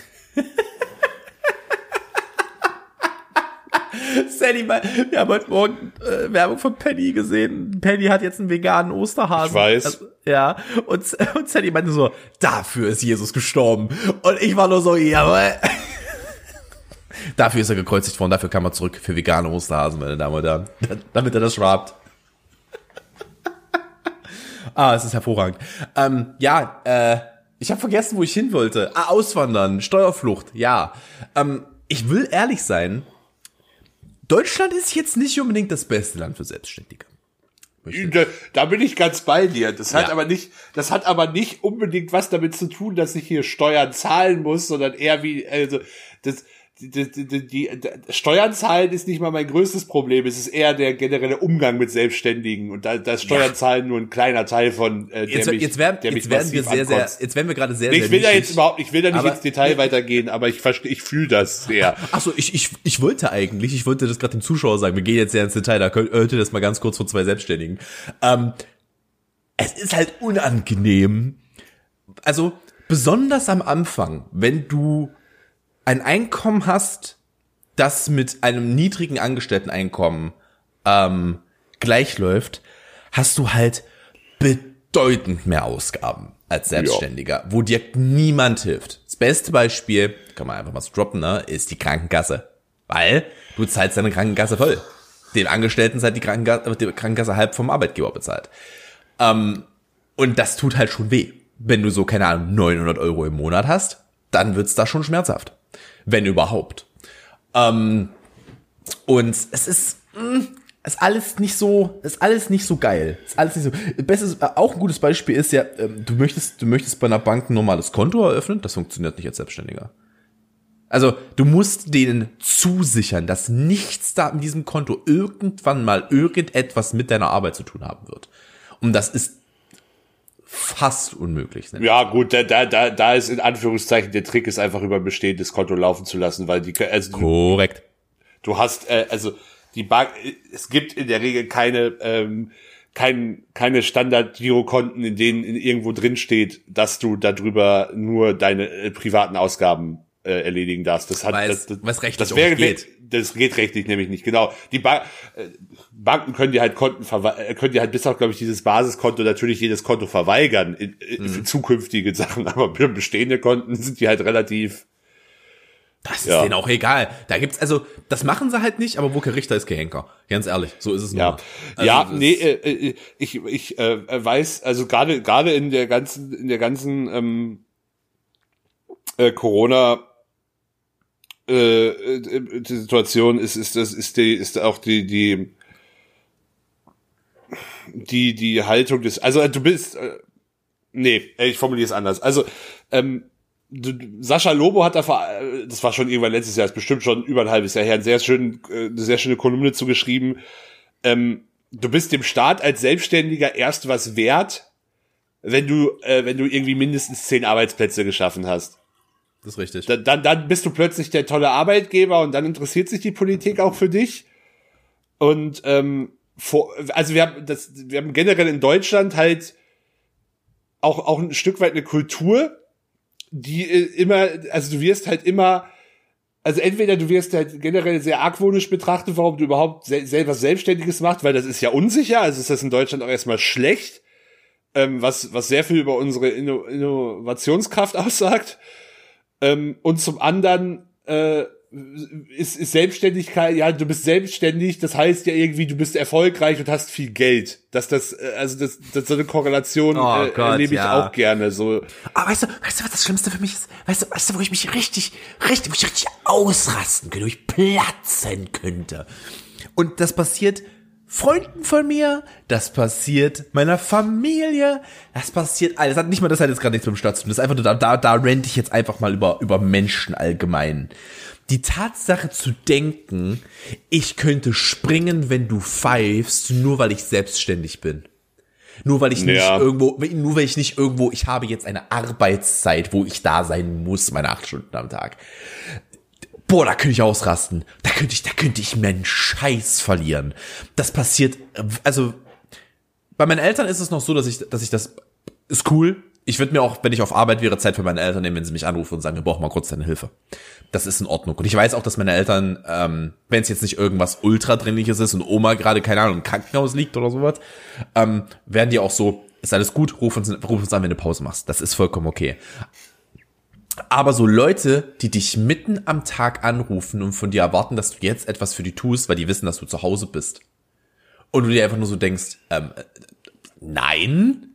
Sandy, wir haben heute Morgen Werbung von Penny gesehen. Penny hat jetzt einen veganen Osterhasen. Ich weiß. Also, ja, und Sandy meinte so, dafür ist Jesus gestorben. Und ich war nur so, jawohl. Dafür ist er gekreuzigt worden, dafür kam er zurück für vegane Osterhasen, meine Damen und Herren. Damit er das schwabt. Es ist hervorragend. Ich habe vergessen, wo ich hin wollte. Auswandern, Steuerflucht, ja. Ich will ehrlich sein, Deutschland ist jetzt nicht unbedingt das beste Land für Selbstständige. Da bin ich ganz bei dir. Das hat aber nicht unbedingt was damit zu tun, dass ich hier Steuern zahlen muss, sondern eher wie, also, die Steuern zahlen ist nicht mal mein größtes Problem. Es ist eher der generelle Umgang mit Selbstständigen und da ist Steuern zahlen nur ein kleiner Teil von, jetzt werden wir gerade sehr ich will da nicht ins Detail weitergehen, aber ich fühle das sehr. Achso, ich wollte das gerade dem Zuschauer sagen, wir gehen jetzt sehr ins Detail, da hört ihr das mal ganz kurz von zwei Selbstständigen. Es ist halt unangenehm, also besonders am Anfang, wenn du ein Einkommen hast, das mit einem niedrigen Angestellteneinkommen gleichläuft, hast du halt bedeutend mehr Ausgaben als Selbstständiger, wo dir niemand hilft. Das beste Beispiel, kann man einfach mal so droppen, ne, ist die Krankenkasse. Weil du zahlst deine Krankenkasse voll. Den Angestellten seid die Krankenkasse halb vom Arbeitgeber bezahlt. Und das tut halt schon weh. Wenn du so, keine Ahnung, 900 € im Monat hast, dann wird's da schon schmerzhaft. Wenn überhaupt. Und es ist alles nicht so geil. Auch ein gutes Beispiel ist ja, du möchtest bei einer Bank ein normales Konto eröffnen, das funktioniert nicht als Selbstständiger. Also, du musst denen zusichern, dass nichts da in diesem Konto irgendwann mal irgendetwas mit deiner Arbeit zu tun haben wird. Und das ist fast unmöglich. Ne? Ja, gut, da ist in Anführungszeichen der Trick, ist einfach über ein bestehendes Konto laufen zu lassen, weil korrekt. Du hast, die Bank, es gibt in der Regel keine Standard-Girokonten, in denen irgendwo drin steht, dass du darüber nur deine privaten Ausgaben erledigen darfst. Was rechtlich geht. Das geht rechtlich nämlich nicht, genau. Die Banken können dir halt können dir halt bis auf, glaube ich, dieses Basiskonto natürlich jedes Konto verweigern für zukünftige Sachen, aber für bestehende Konten sind die halt relativ. Das ist denen auch egal. Da gibt's, also, das machen sie halt nicht, aber wo kein Richter ist, kein Henker. Ganz ehrlich, so ist es nur. Ich weiß, also gerade in der ganzen Corona Situation ist auch die Haltung des, also du bist, ich formuliere es anders. Also, Sascha Lobo hat das war schon irgendwann letztes Jahr, ist bestimmt schon über ein halbes Jahr her, eine sehr schöne Kolumne zugeschrieben. Du bist dem Staat als Selbstständiger erst was wert, wenn du irgendwie mindestens 10 Arbeitsplätze geschaffen hast. Das ist richtig. Dann bist du plötzlich der tolle Arbeitgeber und dann interessiert sich die Politik auch für dich. Und also wir haben generell in Deutschland halt auch ein Stück weit eine Kultur, die du wirst halt immer, also entweder du wirst halt generell sehr argwöhnisch betrachtet, warum du überhaupt selber Selbstständiges machst, weil das ist ja unsicher, also ist das in Deutschland auch erstmal schlecht, was sehr viel über unsere Innovationskraft aussagt. Und zum anderen ist Selbstständigkeit, ja, du bist selbstständig, das heißt ja irgendwie, du bist erfolgreich und hast viel Geld. Das so eine Korrelation erlebe ich auch gerne. So. Aber weißt du, was das Schlimmste für mich ist? Weißt du, wo ich mich richtig ausrasten könnte, wo ich platzen könnte. Und das passiert Freunden von mir, das passiert meiner Familie, das passiert alles. Das hat jetzt gerade nichts mit dem Staat zu tun. Das ist einfach nur, da rente ich jetzt einfach mal über Menschen allgemein. Die Tatsache zu denken, ich könnte springen, wenn du pfeifst, nur weil ich selbstständig bin. Nur weil ich nicht irgendwo, ich habe jetzt eine Arbeitszeit, wo ich da sein muss, meine 8 Stunden am Tag. Boah, da könnte ich ausrasten. Da könnte ich meinen Scheiß verlieren. Das passiert, also, bei meinen Eltern ist es noch so, dass ich das, ist cool. Ich würde mir auch, wenn ich auf Arbeit wäre, Zeit für meine Eltern nehmen, wenn sie mich anrufen und sagen, wir brauchen mal kurz deine Hilfe. Das ist in Ordnung. Und ich weiß auch, dass meine Eltern, wenn es jetzt nicht irgendwas Ultradringliches ist und Oma gerade, keine Ahnung, im Krankenhaus liegt oder sowas, werden die auch so, ist alles gut, ruf uns an, wenn du Pause machst. Das ist vollkommen okay. Aber so Leute, die dich mitten am Tag anrufen und von dir erwarten, dass du jetzt etwas für die tust, weil die wissen, dass du zu Hause bist. Und du dir einfach nur so denkst, nein?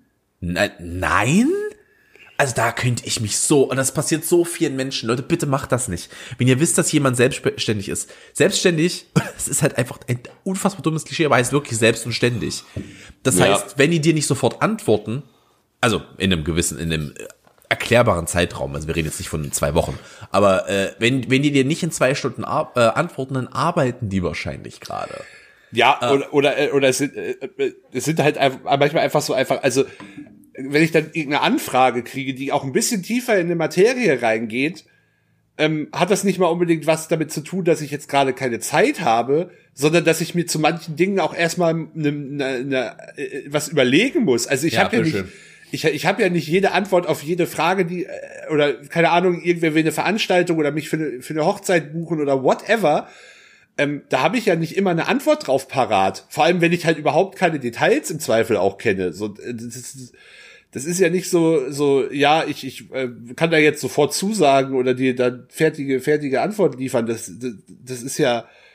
Also da könnte ich mich so, und das passiert so vielen Menschen, Leute, bitte macht das nicht. Wenn ihr wisst, dass jemand selbstständig ist. Selbstständig, das ist halt einfach ein unfassbar dummes Klischee, aber heißt wirklich selbst und ständig. Das heißt, wenn die dir nicht sofort antworten, also in einem erklärbaren Zeitraum, also wir reden jetzt nicht von 2 Wochen, aber wenn die dir nicht in 2 Stunden antworten, dann arbeiten die wahrscheinlich gerade. Ja, oder es sind halt manchmal einfach so einfach, also wenn ich dann irgendeine Anfrage kriege, die auch ein bisschen tiefer in eine Materie reingeht, hat das nicht mal unbedingt was damit zu tun, dass ich jetzt gerade keine Zeit habe, sondern dass ich mir zu manchen Dingen auch erstmal was überlegen muss. Also ich habe ich habe ja nicht jede Antwort auf jede Frage, die oder keine Ahnung, irgendwer will eine Veranstaltung oder mich für eine Hochzeit buchen oder whatever. Da habe ich ja nicht immer eine Antwort drauf parat. Vor allem, wenn ich halt überhaupt keine Details im Zweifel auch kenne. So, das ist ja nicht so, ja, ich kann da jetzt sofort zusagen oder dir dann fertige Antwort liefern. Das ist ja,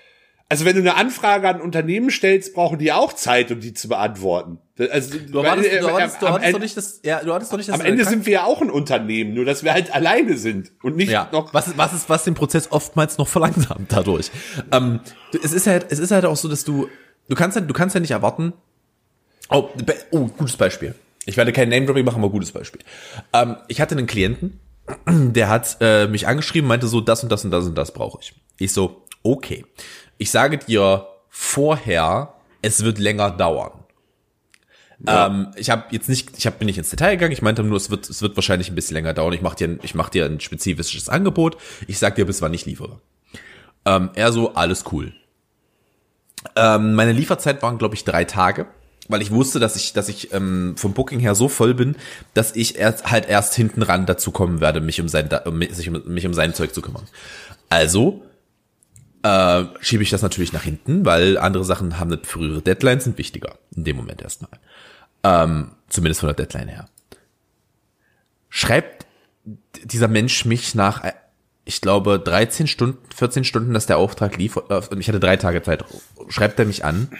Also wenn du eine Anfrage an ein Unternehmen stellst, brauchen die auch Zeit, um die zu beantworten. Also Du hattest doch nicht das. Am Ende sind wir ja auch ein Unternehmen, nur dass wir halt alleine sind und nicht noch. Was den Prozess oftmals noch verlangsamt dadurch. Es ist halt auch so, dass du kannst ja nicht erwarten. Gutes Beispiel. Ich werde kein Name-Dropping machen, aber gutes Beispiel. Ich hatte einen Klienten, der hat mich angeschrieben, meinte so, das und das und das und das brauche ich. Ich so, okay. Ich sage dir vorher, es wird länger dauern. Ja. Ich bin nicht ins Detail gegangen, ich meinte nur, es wird wahrscheinlich ein bisschen länger dauern. Ich mach dir ein spezifisches Angebot. Ich sag dir, bis wann ich liefere. Er so, alles cool. Meine Lieferzeit waren, glaube ich, 3 Tage, weil ich wusste, dass ich vom Booking her so voll bin, dass ich erst hinten ran dazu kommen werde, mich um sein Zeug zu kümmern. Also schiebe ich das natürlich nach hinten, weil andere Sachen haben eine frühere Deadline, sind wichtiger. In dem Moment erstmal. Zumindest von der Deadline her. Schreibt dieser Mensch mich nach, ich glaube, 13 Stunden, 14 Stunden, dass der Auftrag lief, und ich hatte 3 Tage Zeit, schreibt er mich an.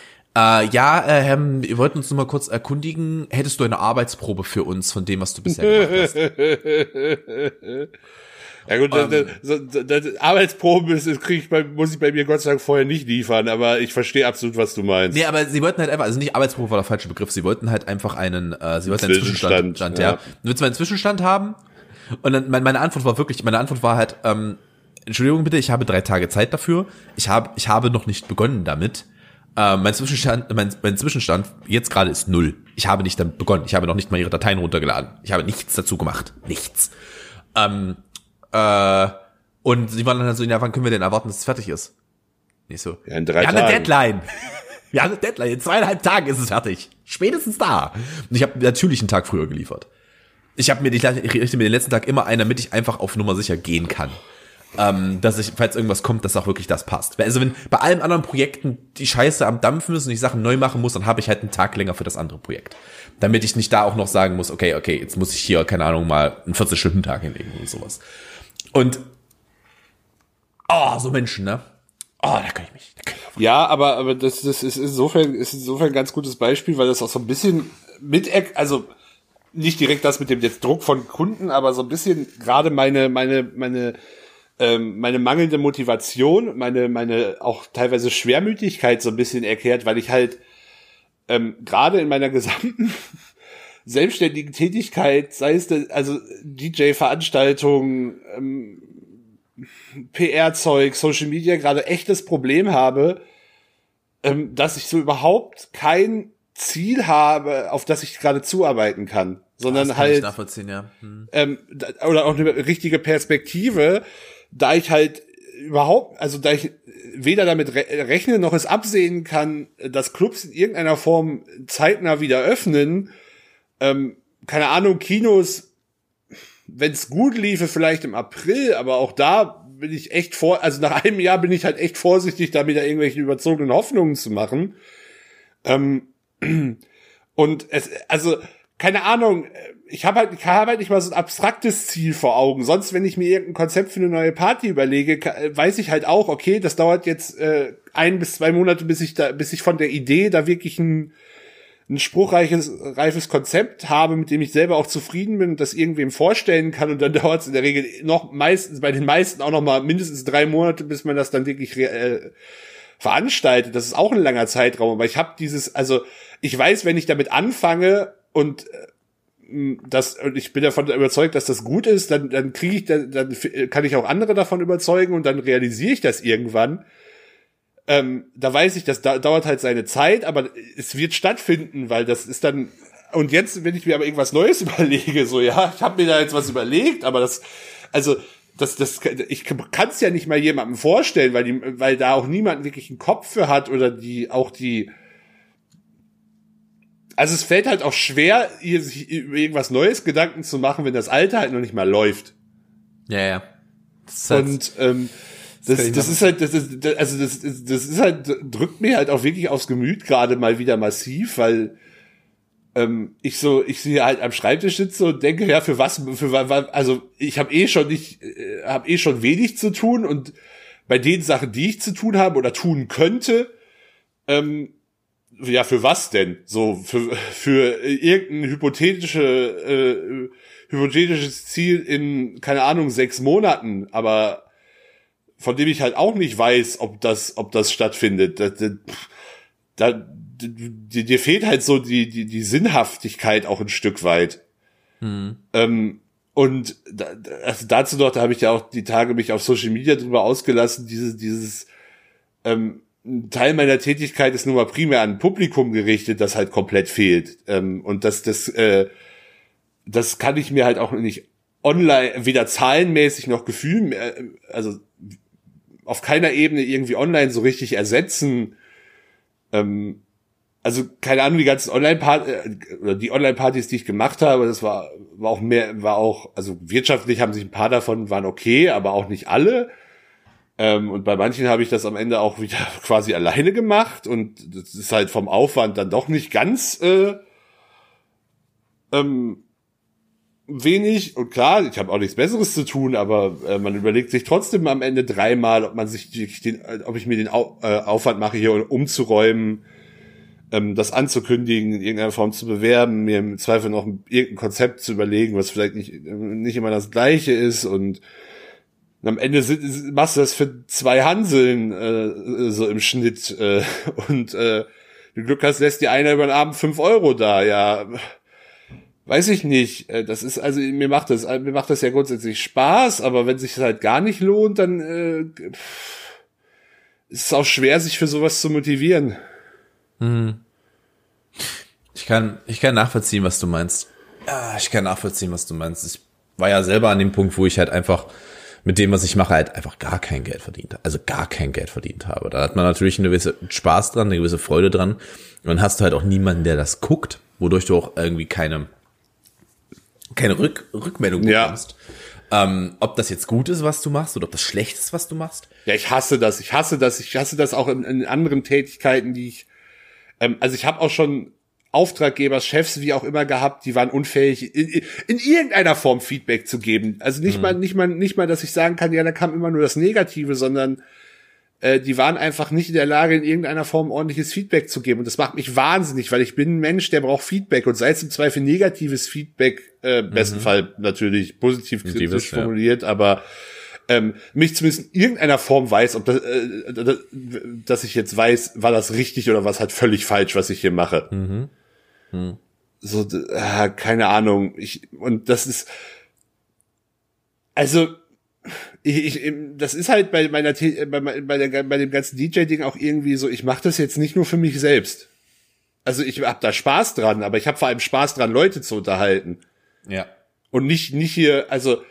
Wir wollten uns nur mal kurz erkundigen, hättest du eine Arbeitsprobe für uns von dem, was du bisher gemacht hast? Ja gut, das Arbeitsproben muss ich bei mir Gott sei Dank vorher nicht liefern, aber ich verstehe absolut, was du meinst. Nee, aber sie wollten halt einfach, also nicht Arbeitsprobe war der falsche Begriff, sie wollten halt einfach einen Zwischenstand. Ja. Willst du mal einen Zwischenstand haben? Und dann meine Antwort war halt, Entschuldigung bitte, ich habe 3 Tage Zeit dafür, ich habe noch nicht begonnen damit. Mein Zwischenstand jetzt gerade ist 0. Ich habe nicht damit begonnen, ich habe noch nicht mal ihre Dateien runtergeladen. Ich habe nichts dazu gemacht. Nichts. Und sie waren dann halt so, ja, wann können wir denn erwarten, dass es fertig ist? Nicht so. Ja, in 3 Tagen. Wir haben eine Deadline. In 2,5 Tagen ist es fertig. Spätestens da. Und ich habe natürlich einen Tag früher geliefert. Ich richte mir den letzten Tag immer ein, damit ich einfach auf Nummer sicher gehen kann. Dass ich, falls irgendwas kommt, dass auch wirklich das passt. Also wenn bei allen anderen Projekten die Scheiße am Dampfen ist und ich Sachen neu machen muss, dann habe ich halt einen Tag länger für das andere Projekt. Damit ich nicht da auch noch sagen muss, okay, jetzt muss ich hier, keine Ahnung, mal einen 40-Stunden-Tag hinlegen und sowas. Und so Menschen, ne? Da kann ich mich. Ja, aber das ist insofern ein ganz gutes Beispiel, weil das auch so ein bisschen also nicht direkt das mit dem jetzt Druck von Kunden, aber so ein bisschen gerade meine mangelnde Motivation, meine auch teilweise Schwermütigkeit so ein bisschen erklärt, weil ich halt gerade in meiner gesamten selbstständigen Tätigkeit, sei es also DJ-Veranstaltungen, PR-Zeug, Social Media, gerade echtes Problem habe, dass ich so überhaupt kein Ziel habe, auf das ich gerade zuarbeiten kann, sondern das kann halt ich nachvollziehen, ja. Oder auch eine richtige Perspektive, da ich halt da ich weder damit rechne, noch es absehen kann, dass Clubs in irgendeiner Form zeitnah wieder öffnen, keine Ahnung, Kinos, wenn es gut liefe, vielleicht im April, aber auch da bin ich echt nach einem Jahr bin ich halt echt vorsichtig, da wieder irgendwelche überzogenen Hoffnungen zu machen. Und keine Ahnung, ich habe halt nicht mal so ein abstraktes Ziel vor Augen. Sonst, wenn ich mir irgendein Konzept für eine neue Party überlege, weiß ich halt auch, okay, das dauert jetzt 1 bis 2 Monate, bis ich von der Idee da wirklich ein spruchreifes Konzept habe, mit dem ich selber auch zufrieden bin und das irgendwem vorstellen kann. Und dann dauert es in der Regel bei den meisten auch noch mal mindestens 3 Monate, bis man das dann wirklich veranstaltet. Das ist auch ein langer Zeitraum. Aber ich habe ich weiß, wenn ich damit anfange und ich bin davon überzeugt, dass das gut ist, dann kann ich auch andere davon überzeugen und dann realisiere ich das irgendwann. Da weiß ich, das dauert halt seine Zeit, aber es wird stattfinden, weil das ist dann, und jetzt, wenn ich mir aber irgendwas Neues überlege, so, ja, ich habe mir da jetzt was überlegt, aber ich kann es ja nicht mal jemandem vorstellen, weil da auch niemand wirklich einen Kopf für hat oder also es fällt halt auch schwer, sich über irgendwas Neues Gedanken zu machen, wenn das Alte halt noch nicht mal läuft. Ja. Drückt mir halt auch wirklich aufs Gemüt gerade mal wieder massiv, weil ich sehe halt am Schreibtisch sitze und denke, ja, für was, also ich habe schon wenig zu tun und bei den Sachen, die ich zu tun habe oder tun könnte, ja, für was denn? So, für irgendein hypothetisches Ziel in, keine Ahnung, 6 Monaten, aber von dem ich halt auch nicht weiß, ob das stattfindet. Dir fehlt halt so die Sinnhaftigkeit auch ein Stück weit. Und also dazu noch, da habe ich ja auch die Tage mich auf Social Media drüber ausgelassen, dieses ein Teil meiner Tätigkeit ist nun mal primär an ein Publikum gerichtet, das halt komplett fehlt. Und das kann ich mir halt auch nicht online, weder zahlenmäßig noch also auf keiner Ebene irgendwie online so richtig ersetzen. Also keine Ahnung, die ganzen Online-Partys, die ich gemacht habe, das war auch, also wirtschaftlich haben sich ein paar davon waren okay, aber auch nicht alle. Und bei manchen habe ich das am Ende auch wieder quasi alleine gemacht und das ist halt vom Aufwand dann doch nicht ganz wenig. Und klar, ich habe auch nichts Besseres zu tun, aber man überlegt sich trotzdem am Ende 3-mal, ob ich mir den Aufwand mache, hier umzuräumen, das anzukündigen, in irgendeiner Form zu bewerben, mir im Zweifel noch irgendein Konzept zu überlegen, was vielleicht nicht immer das Gleiche ist und am Ende machst du das für 2 Hanseln so im Schnitt und du Glück hast, lässt dir einer über den Abend 5 Euro da, ja, weiß ich nicht. Das ist also mir macht das ja grundsätzlich Spaß, aber wenn sich das halt gar nicht lohnt, dann ist es auch schwer, sich für sowas zu motivieren. Ich kann nachvollziehen, was du meinst. Ja, ich kann nachvollziehen, was du meinst. Ich war ja selber an dem Punkt, wo ich halt einfach mit dem, was ich mache, halt einfach gar kein Geld verdient habe. Da hat man natürlich einen gewissen Spaß dran, eine gewisse Freude dran. Und dann hast du halt auch niemanden, der das guckt, wodurch du auch irgendwie keine Rückmeldung bekommst. Ja. Ob das jetzt gut ist, was du machst, oder ob das schlecht ist, was du machst. Ja, ich hasse das. Ich hasse das auch in anderen Tätigkeiten, die ich, also ich habe auch schon Auftraggeber, Chefs, wie auch immer gehabt, die waren unfähig, in irgendeiner Form Feedback zu geben. Also nicht mal, dass ich sagen kann, ja, da kam immer nur das Negative, sondern die waren einfach nicht in der Lage, in irgendeiner Form ordentliches Feedback zu geben. Und das macht mich wahnsinnig, weil ich bin ein Mensch, der braucht Feedback. Und sei es im Zweifel negatives Feedback, besten Fall natürlich positiv kritisch formuliert, aber mich zumindest in irgendeiner Form weiß, ob dass ich jetzt weiß, war das richtig oder was halt völlig falsch, was ich hier mache. So, keine Ahnung. Und das ist, also, das ist halt bei dem ganzen DJ-Ding auch irgendwie so, ich mache das jetzt nicht nur für mich selbst. Also ich hab da Spaß dran, aber ich habe vor allem Spaß dran, Leute zu unterhalten. Ja. Und nicht hier, also,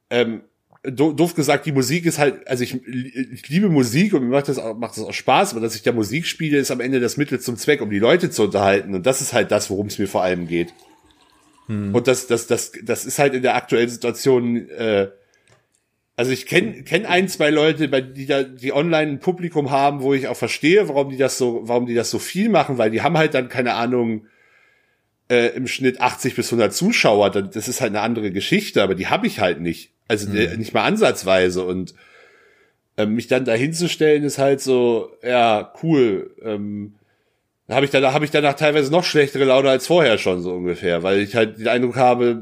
doof gesagt, die Musik ist halt, also ich liebe Musik und mir macht das auch Spaß, aber dass ich da Musik spiele, ist am Ende das Mittel zum Zweck, um die Leute zu unterhalten. Und das ist halt das, worum es mir vor allem geht. Und das ist halt in der aktuellen Situation, also ich kenn 1-2 Leute, die online ein Publikum haben, wo ich auch verstehe, warum die das so viel machen, weil die haben halt dann, keine Ahnung, im Schnitt 80 bis 100 Zuschauer. Das ist halt eine andere Geschichte, aber die habe ich halt nicht. Also nicht mal ansatzweise. Und mich dann da hinzustellen, ist halt so, ja, cool. Da habe ich danach teilweise noch schlechtere Laune als vorher schon, so ungefähr, weil ich halt den Eindruck habe,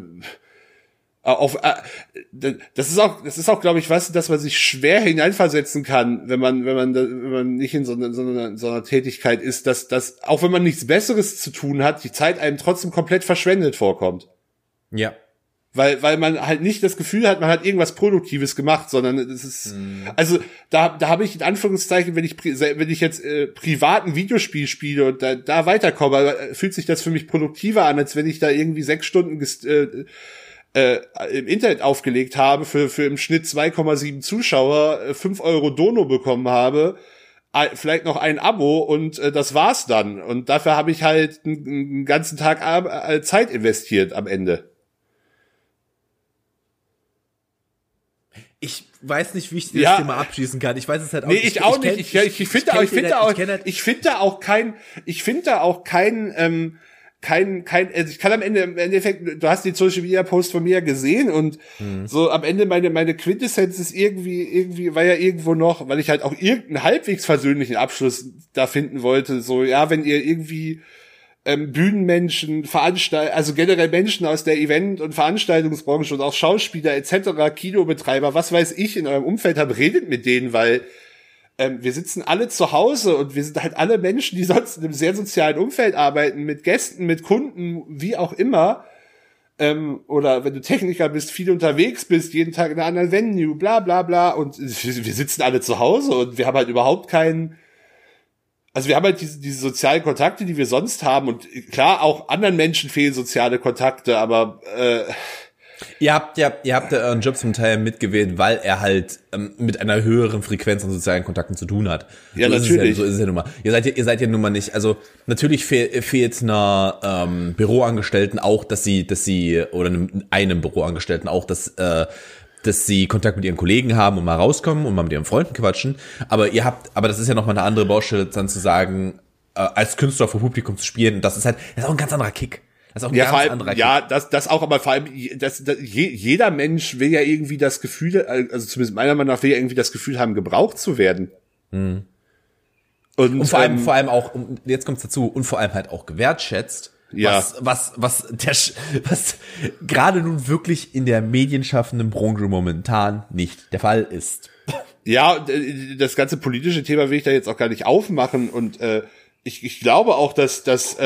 das ist auch, glaube ich, dass man sich schwer hineinversetzen kann, wenn man nicht in so einer Tätigkeit ist, dass auch wenn man nichts Besseres zu tun hat, die Zeit einem trotzdem komplett verschwendet vorkommt. Ja. Weil man halt nicht das Gefühl hat, man hat irgendwas Produktives gemacht, sondern es ist, also da habe ich in Anführungszeichen, wenn ich jetzt privat ein Videospiel spiele und da weiterkomme, fühlt sich das für mich produktiver an, als wenn ich da irgendwie 6 Stunden im Internet aufgelegt habe, für im Schnitt 2,7 Zuschauer, 5 Euro Dono bekommen habe, vielleicht noch ein Abo und das war's dann. Und dafür habe ich halt einen ganzen Tag Zeit investiert am Ende. Ich weiß nicht, wie ich das Thema abschließen kann. Ich weiß es halt auch nicht. Nee, ich auch nicht. Ich finde da auch keinen also ich kann am Ende, im Endeffekt, du hast den Social Media Post von mir gesehen und so am Ende meine Quintessenz ist irgendwie war ja irgendwo noch, weil ich halt auch irgendeinen halbwegs versöhnlichen Abschluss da finden wollte, so, ja, wenn ihr irgendwie Bühnenmenschen, also generell Menschen aus der Event- und Veranstaltungsbranche und auch Schauspieler etc., Kinobetreiber, was weiß ich, in eurem Umfeld habt, redet mit denen, weil wir sitzen alle zu Hause und wir sind halt alle Menschen, die sonst in einem sehr sozialen Umfeld arbeiten, mit Gästen, mit Kunden, wie auch immer. Oder wenn du Techniker bist, viel unterwegs bist, jeden Tag in einer anderen Venue, bla bla bla. Und wir sitzen alle zu Hause und wir haben halt überhaupt also wir haben halt diese sozialen Kontakte, die wir sonst haben. Und klar, auch anderen Menschen fehlen soziale Kontakte, aber Ihr habt euren Job zum Teil mitgewählt, weil er halt mit einer höheren Frequenz an sozialen Kontakten zu tun hat. Ja, so natürlich. So ist es ja nun mal. Ihr seid ja nun mal nicht, also natürlich fehlt einer Büroangestellten auch, dass sie oder einem Büroangestellten auch, dass sie Kontakt mit ihren Kollegen haben und mal rauskommen und mal mit ihren Freunden quatschen. Aber das ist ja nochmal eine andere Baustelle, dann zu sagen, als Künstler vor Publikum zu spielen. Das ist auch ein ganz anderer Kick. Das ist auch ein ganz anderer Kick. Ja, das auch, aber vor allem, jeder Mensch will ja irgendwie das Gefühl, also zumindest meiner Meinung nach will ja irgendwie das Gefühl haben, gebraucht zu werden. Mhm. Und vor allem auch, jetzt kommt's dazu, und vor allem halt auch gewertschätzt. Ja. Was gerade nun wirklich in der medienschaffenden Branche momentan nicht der Fall ist. Ja, das ganze politische Thema will ich da jetzt auch gar nicht aufmachen und ich glaube auch, dass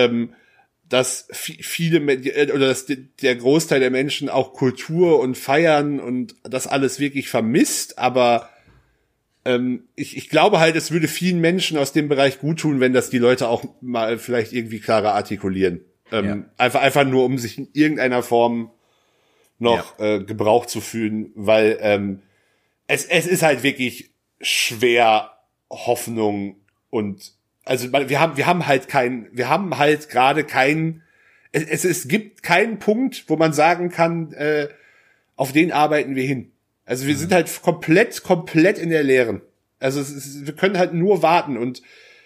viele oder dass der Großteil der Menschen auch Kultur und Feiern und das alles wirklich vermisst, aber ich glaube halt, es würde vielen Menschen aus dem Bereich gut tun, wenn das die Leute auch mal vielleicht irgendwie klarer artikulieren. Einfach nur, um sich in irgendeiner Form noch gebraucht zu fühlen, weil es ist halt wirklich schwer, Hoffnung und also wir haben halt gerade keinen, es gibt keinen Punkt, wo man sagen kann, auf den arbeiten wir hin. Also wir sind halt komplett in der Leeren. Also wir können halt nur warten und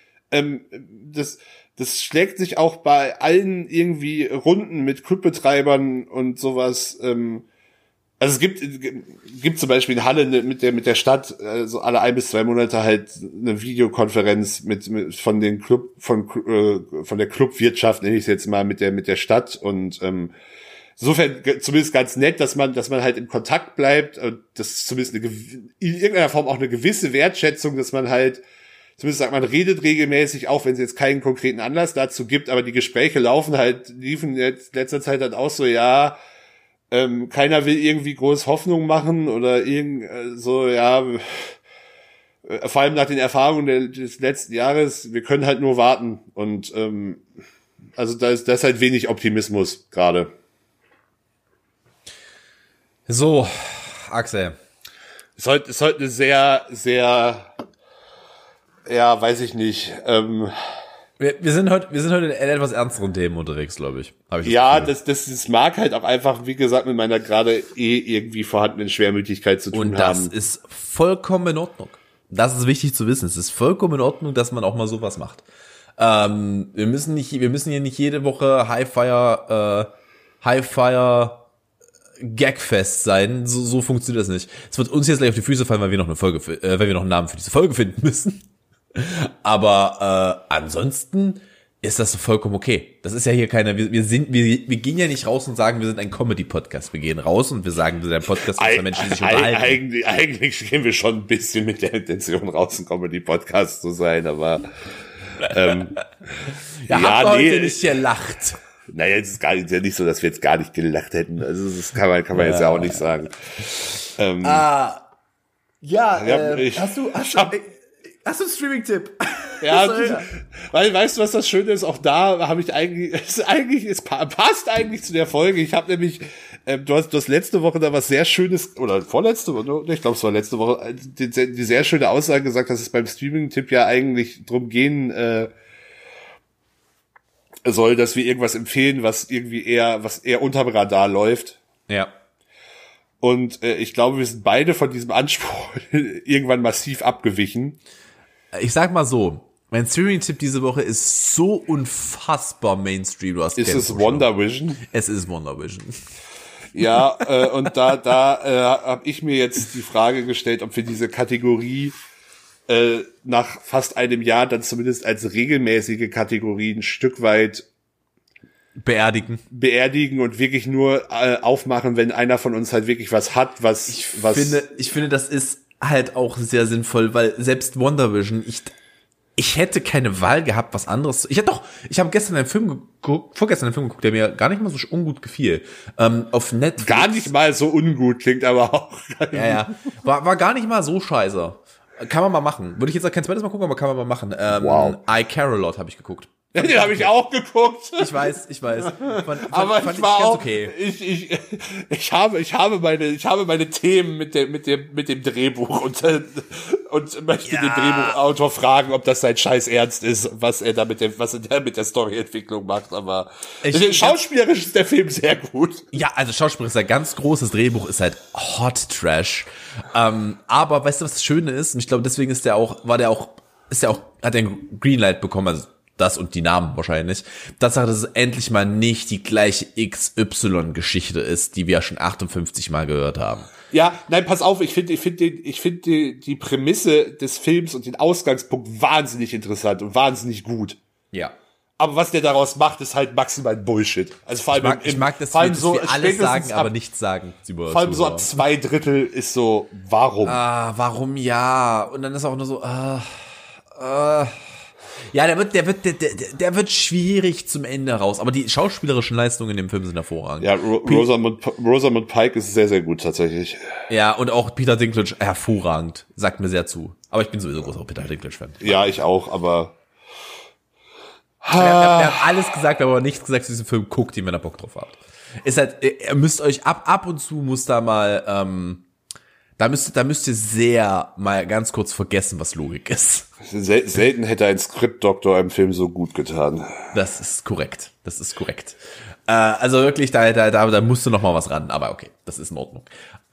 das schlägt sich auch bei allen irgendwie Runden mit Clubbetreibern und sowas. Also es gibt zum Beispiel in Halle mit der Stadt so alle 1 bis 2 Monate halt eine Videokonferenz von der Clubwirtschaft, nenne ich es jetzt mal, mit der Stadt und insofern zumindest ganz nett, dass man halt in Kontakt bleibt und das ist zumindest in irgendeiner Form auch eine gewisse Wertschätzung, dass man halt zumindest sagt, man redet regelmäßig, auch wenn es jetzt keinen konkreten Anlass dazu gibt, aber die Gespräche liefen jetzt letzter Zeit halt auch so, ja, keiner will irgendwie groß Hoffnung machen oder so, ja, vor allem nach den Erfahrungen des letzten Jahres, wir können halt nur warten und also da ist halt wenig Optimismus gerade. So, Axel. Es ist heute eine sehr, sehr, ja, weiß ich nicht, Wir sind heute in etwas ernsteren Themen unterwegs, glaube ich. Ja, das mag halt auch einfach, wie gesagt, mit meiner gerade irgendwie vorhandenen Schwermütigkeit zu tun haben. Und das ist vollkommen in Ordnung. Das ist wichtig zu wissen. Es ist vollkommen in Ordnung, dass man auch mal sowas macht. Wir müssen hier nicht jede Woche Highfire Gagfest sein. So funktioniert das nicht. Es wird uns jetzt gleich auf die Füße fallen, weil wir noch einen Namen für diese Folge finden müssen. Aber ansonsten ist das vollkommen okay. Das ist ja hier keine, wir gehen ja nicht raus und sagen, wir sind ein Comedy-Podcast. Wir gehen raus und wir sagen, wir sind ein Podcast, wo Menschen sich unterhalten. Eigentlich gehen wir schon ein bisschen mit der Intention raus, ein Comedy-Podcast zu sein, aber habt heute nicht gelacht. Naja, es ist ja nicht so, dass wir jetzt gar nicht gelacht hätten. Also das kann man jetzt ja auch nicht sagen. Hast du einen Streaming-Tipp? Ja, weißt du, was das Schöne ist? Auch da habe ich es passt eigentlich zu der Folge. Ich habe nämlich, du hast letzte Woche da was sehr Schönes, oder vorletzte Woche, ich glaube, es war letzte Woche, die sehr schöne Aussage gesagt, dass es beim Streaming-Tipp ja eigentlich drum gehen soll, dass wir irgendwas empfehlen, was eher unterm Radar läuft. Ja. Und ich glaube, wir sind beide von diesem Anspruch irgendwann massiv abgewichen. Ich sag mal so, Mein Streaming-Tipp diese Woche ist so unfassbar Mainstream. Ist es WandaVision? Es ist WandaVision. Ja, und da habe ich mir jetzt die Frage gestellt, ob wir diese Kategorie nach fast einem Jahr dann zumindest als regelmäßige Kategorie ein Stück weit beerdigen und wirklich nur aufmachen, wenn einer von uns halt wirklich was hat, was ich finde, das ist halt auch sehr sinnvoll, weil selbst WandaVision, ich hätte keine Wahl gehabt, was anderes. Ich habe vorgestern einen Film geguckt, der mir gar nicht mal so ungut gefiel. Auf Netflix. Gar nicht mal so ungut, klingt aber auch. Ja. War gar nicht mal so scheiße. Kann man mal machen. Würde ich jetzt auch kein zweites Mal gucken, aber kann man mal machen. Wow. I Care a Lot habe ich geguckt. Den habe ich auch geguckt. Ich weiß. Aber fand ich war ganz auch, okay. Ich habe meine Themen mit dem Drehbuch und möchte den Drehbuchautor fragen, ob das sein Scheiß Ernst ist, was er mit der Storyentwicklung macht, aber schauspielerisch ist der Film sehr gut. Ja, also schauspielerisch ist ein ganz großes Drehbuch, ist halt Hot Trash. Aber weißt du, was das Schöne ist? Und ich glaube, deswegen hat er ein Greenlight bekommen, also das und die Namen wahrscheinlich. Tatsache, dass es endlich mal nicht die gleiche XY-Geschichte ist, die wir schon 58 Mal gehört haben. Ja, nein, pass auf, ich finde die Prämisse des Films und den Ausgangspunkt wahnsinnig interessant und wahnsinnig gut. Ja. Aber was der daraus macht, ist halt maximal Bullshit. Also vor allem ich mag das, vor allem so, wir alles sagen, aber nichts sagen. Vor allem so ab 2/3 ist so, warum? Warum ja? Und dann ist auch nur so, ja, der wird schwierig zum Ende raus. Aber die schauspielerischen Leistungen in dem Film sind hervorragend. Ja, Rosamund Pike ist sehr, sehr gut tatsächlich. Ja, und auch Peter Dinklage hervorragend. Sagt mir sehr zu. Aber ich bin sowieso großer Peter Dinklage-Fan. Ja, ich auch, aber wir haben alles gesagt, aber nichts gesagt zu diesem Film. Guckt ihn, wenn ihr Bock drauf habt. Ist halt, ihr müsst euch ab und zu muss da mal, da müsst ihr sehr mal ganz kurz vergessen, was Logik ist. Selten hätte ein Skriptdoktor einem Film so gut getan. Das ist korrekt. Also wirklich, da musste noch mal was ran. Aber okay, das ist in Ordnung.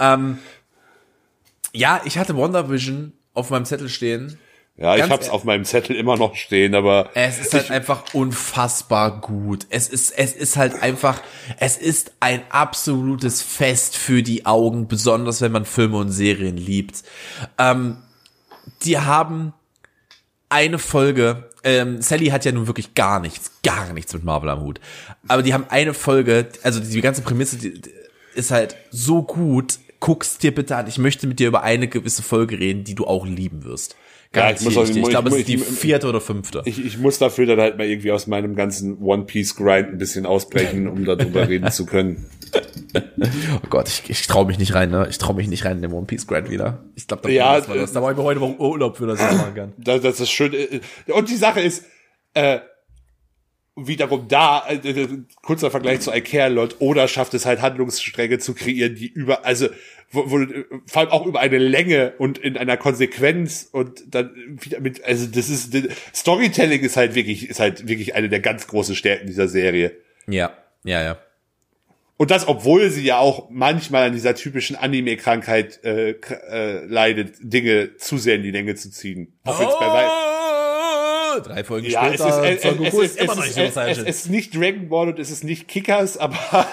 Ja, ich hatte WandaVision auf meinem Zettel stehen. Ja, ich hab's auf meinem Zettel immer noch stehen, aber es ist halt einfach unfassbar gut. Es ist ein absolutes Fest für die Augen, besonders wenn man Filme und Serien liebt. Die haben eine Folge, Sally hat ja nun wirklich gar nichts mit Marvel am Hut. Aber die haben eine Folge, also die ganze Prämisse die ist halt so gut. Guck's dir bitte an. Ich möchte mit dir über eine gewisse Folge reden, die du auch lieben wirst. Ich glaube, es ist die 4. oder 5. Ich muss dafür dann halt mal irgendwie aus meinem ganzen One-Piece-Grind ein bisschen ausbrechen, um darüber reden zu können. Oh Gott, ich traue mich nicht rein, ne? Ich traue mich nicht rein in den One-Piece-Grind wieder. Ich glaube, da war ich mir heute noch Urlaub für, dass ich das machen kann. Das ist schön. Und die Sache ist, wiederum kurzer Vergleich zu I Care a Lot, oder schafft es halt Handlungsstränge zu kreieren, die vor allem auch über eine Länge und in einer Konsequenz und dann wieder Storytelling ist halt wirklich eine der ganz großen Stärken dieser Serie. Ja. Und das, obwohl sie ja auch manchmal an dieser typischen Anime-Krankheit leidet, Dinge zu sehr in die Länge zu ziehen. Auch wenn's bei 3 Folgen später, es ist nicht Dragon Ball und es ist nicht Kickers, aber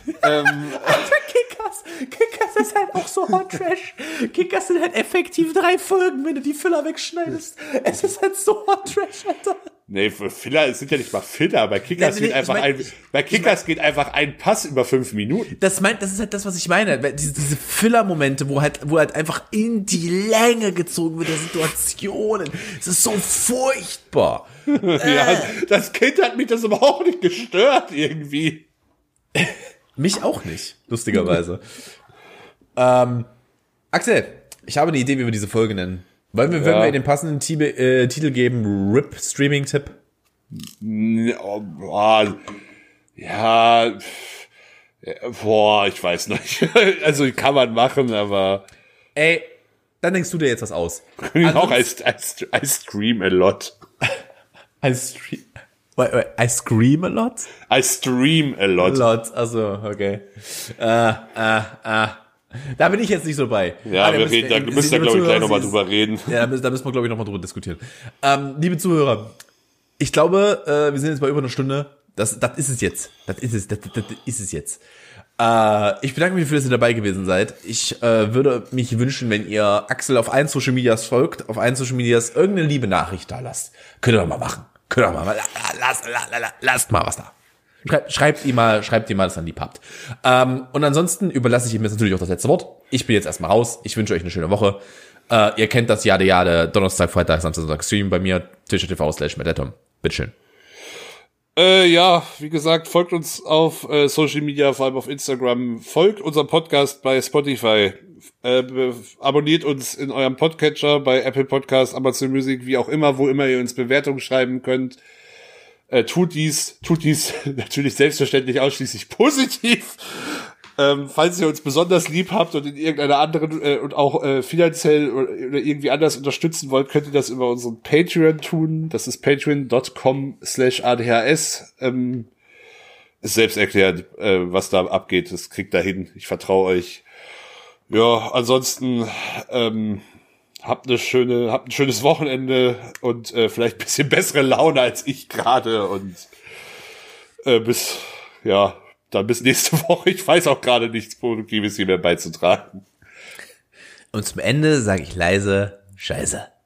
Kickers ist halt auch so Hot Trash. Kickers sind halt effektiv 3 Folgen, wenn du die Filler wegschneidest. Es ist halt so Hot Trash, Alter. Nee, Filler, es sind ja nicht mal Filler. Bei Kickers geht einfach ein Pass über 5 Minuten. Das ist halt das, was ich meine. Diese Filler-Momente, wo halt einfach in die Länge gezogen wird, der Situationen. Es ist so furchtbar. Ja, das Kind hat mich das aber auch nicht gestört, irgendwie. Mich auch nicht, lustigerweise. Axel, ich habe eine Idee, wie wir diese Folge nennen. Wollen wir den passenden Titel geben? RIP Streaming-Tipp? Ja, ich weiß nicht. Also kann man machen, aber ey, dann denkst du dir jetzt was aus. Auch I stream a lot. I scream a lot? I stream a lot. Also, okay. Da bin ich jetzt nicht so bei. Ja, wir müssen da, glaube ich, gleich nochmal drüber reden. Ja, da müssen wir, glaube ich, nochmal drüber diskutieren. Liebe Zuhörer, ich glaube, wir sind jetzt bei über einer Stunde. Das ist es jetzt. Das ist es jetzt. Ich bedanke mich dafür, dass ihr dabei gewesen seid. Ich würde mich wünschen, wenn ihr Axel auf allen Social Medias folgt, auf allen Social Medias irgendeine liebe Nachricht da lasst. Könnt ihr doch mal machen. Lasst mal was da. Schreibt ihm mal, dass ihr lieb habt. Und ansonsten überlasse ich ihm jetzt natürlich auch das letzte Wort. Ich bin jetzt erstmal raus. Ich wünsche euch eine schöne Woche. Ihr kennt das Jade, Donnerstag, Freitag, Samstag, Sonntag Stream bei mir, twitch.tv/MattLatom. Bitteschön. Ja, wie gesagt, folgt uns auf Social Media, vor allem auf Instagram. Folgt unserem Podcast bei Spotify. Abonniert uns in eurem Podcatcher, bei Apple Podcasts, Amazon Music, wie auch immer, wo immer ihr uns Bewertungen schreiben könnt. Tut dies natürlich selbstverständlich ausschließlich positiv. Falls ihr uns besonders lieb habt und in irgendeiner anderen und auch finanziell oder irgendwie anders unterstützen wollt, könnt ihr das über unseren Patreon tun. Das ist patreon.com/adhs. Ist selbst erklärt, was da abgeht. Das kriegt da hin. Ich vertraue euch. Ja, ansonsten habt ein schönes Wochenende und vielleicht ein bisschen bessere Laune als ich gerade und bis nächste Woche. Ich weiß auch gerade nichts Produktives hier mehr beizutragen. Und zum Ende sage ich leise Scheiße.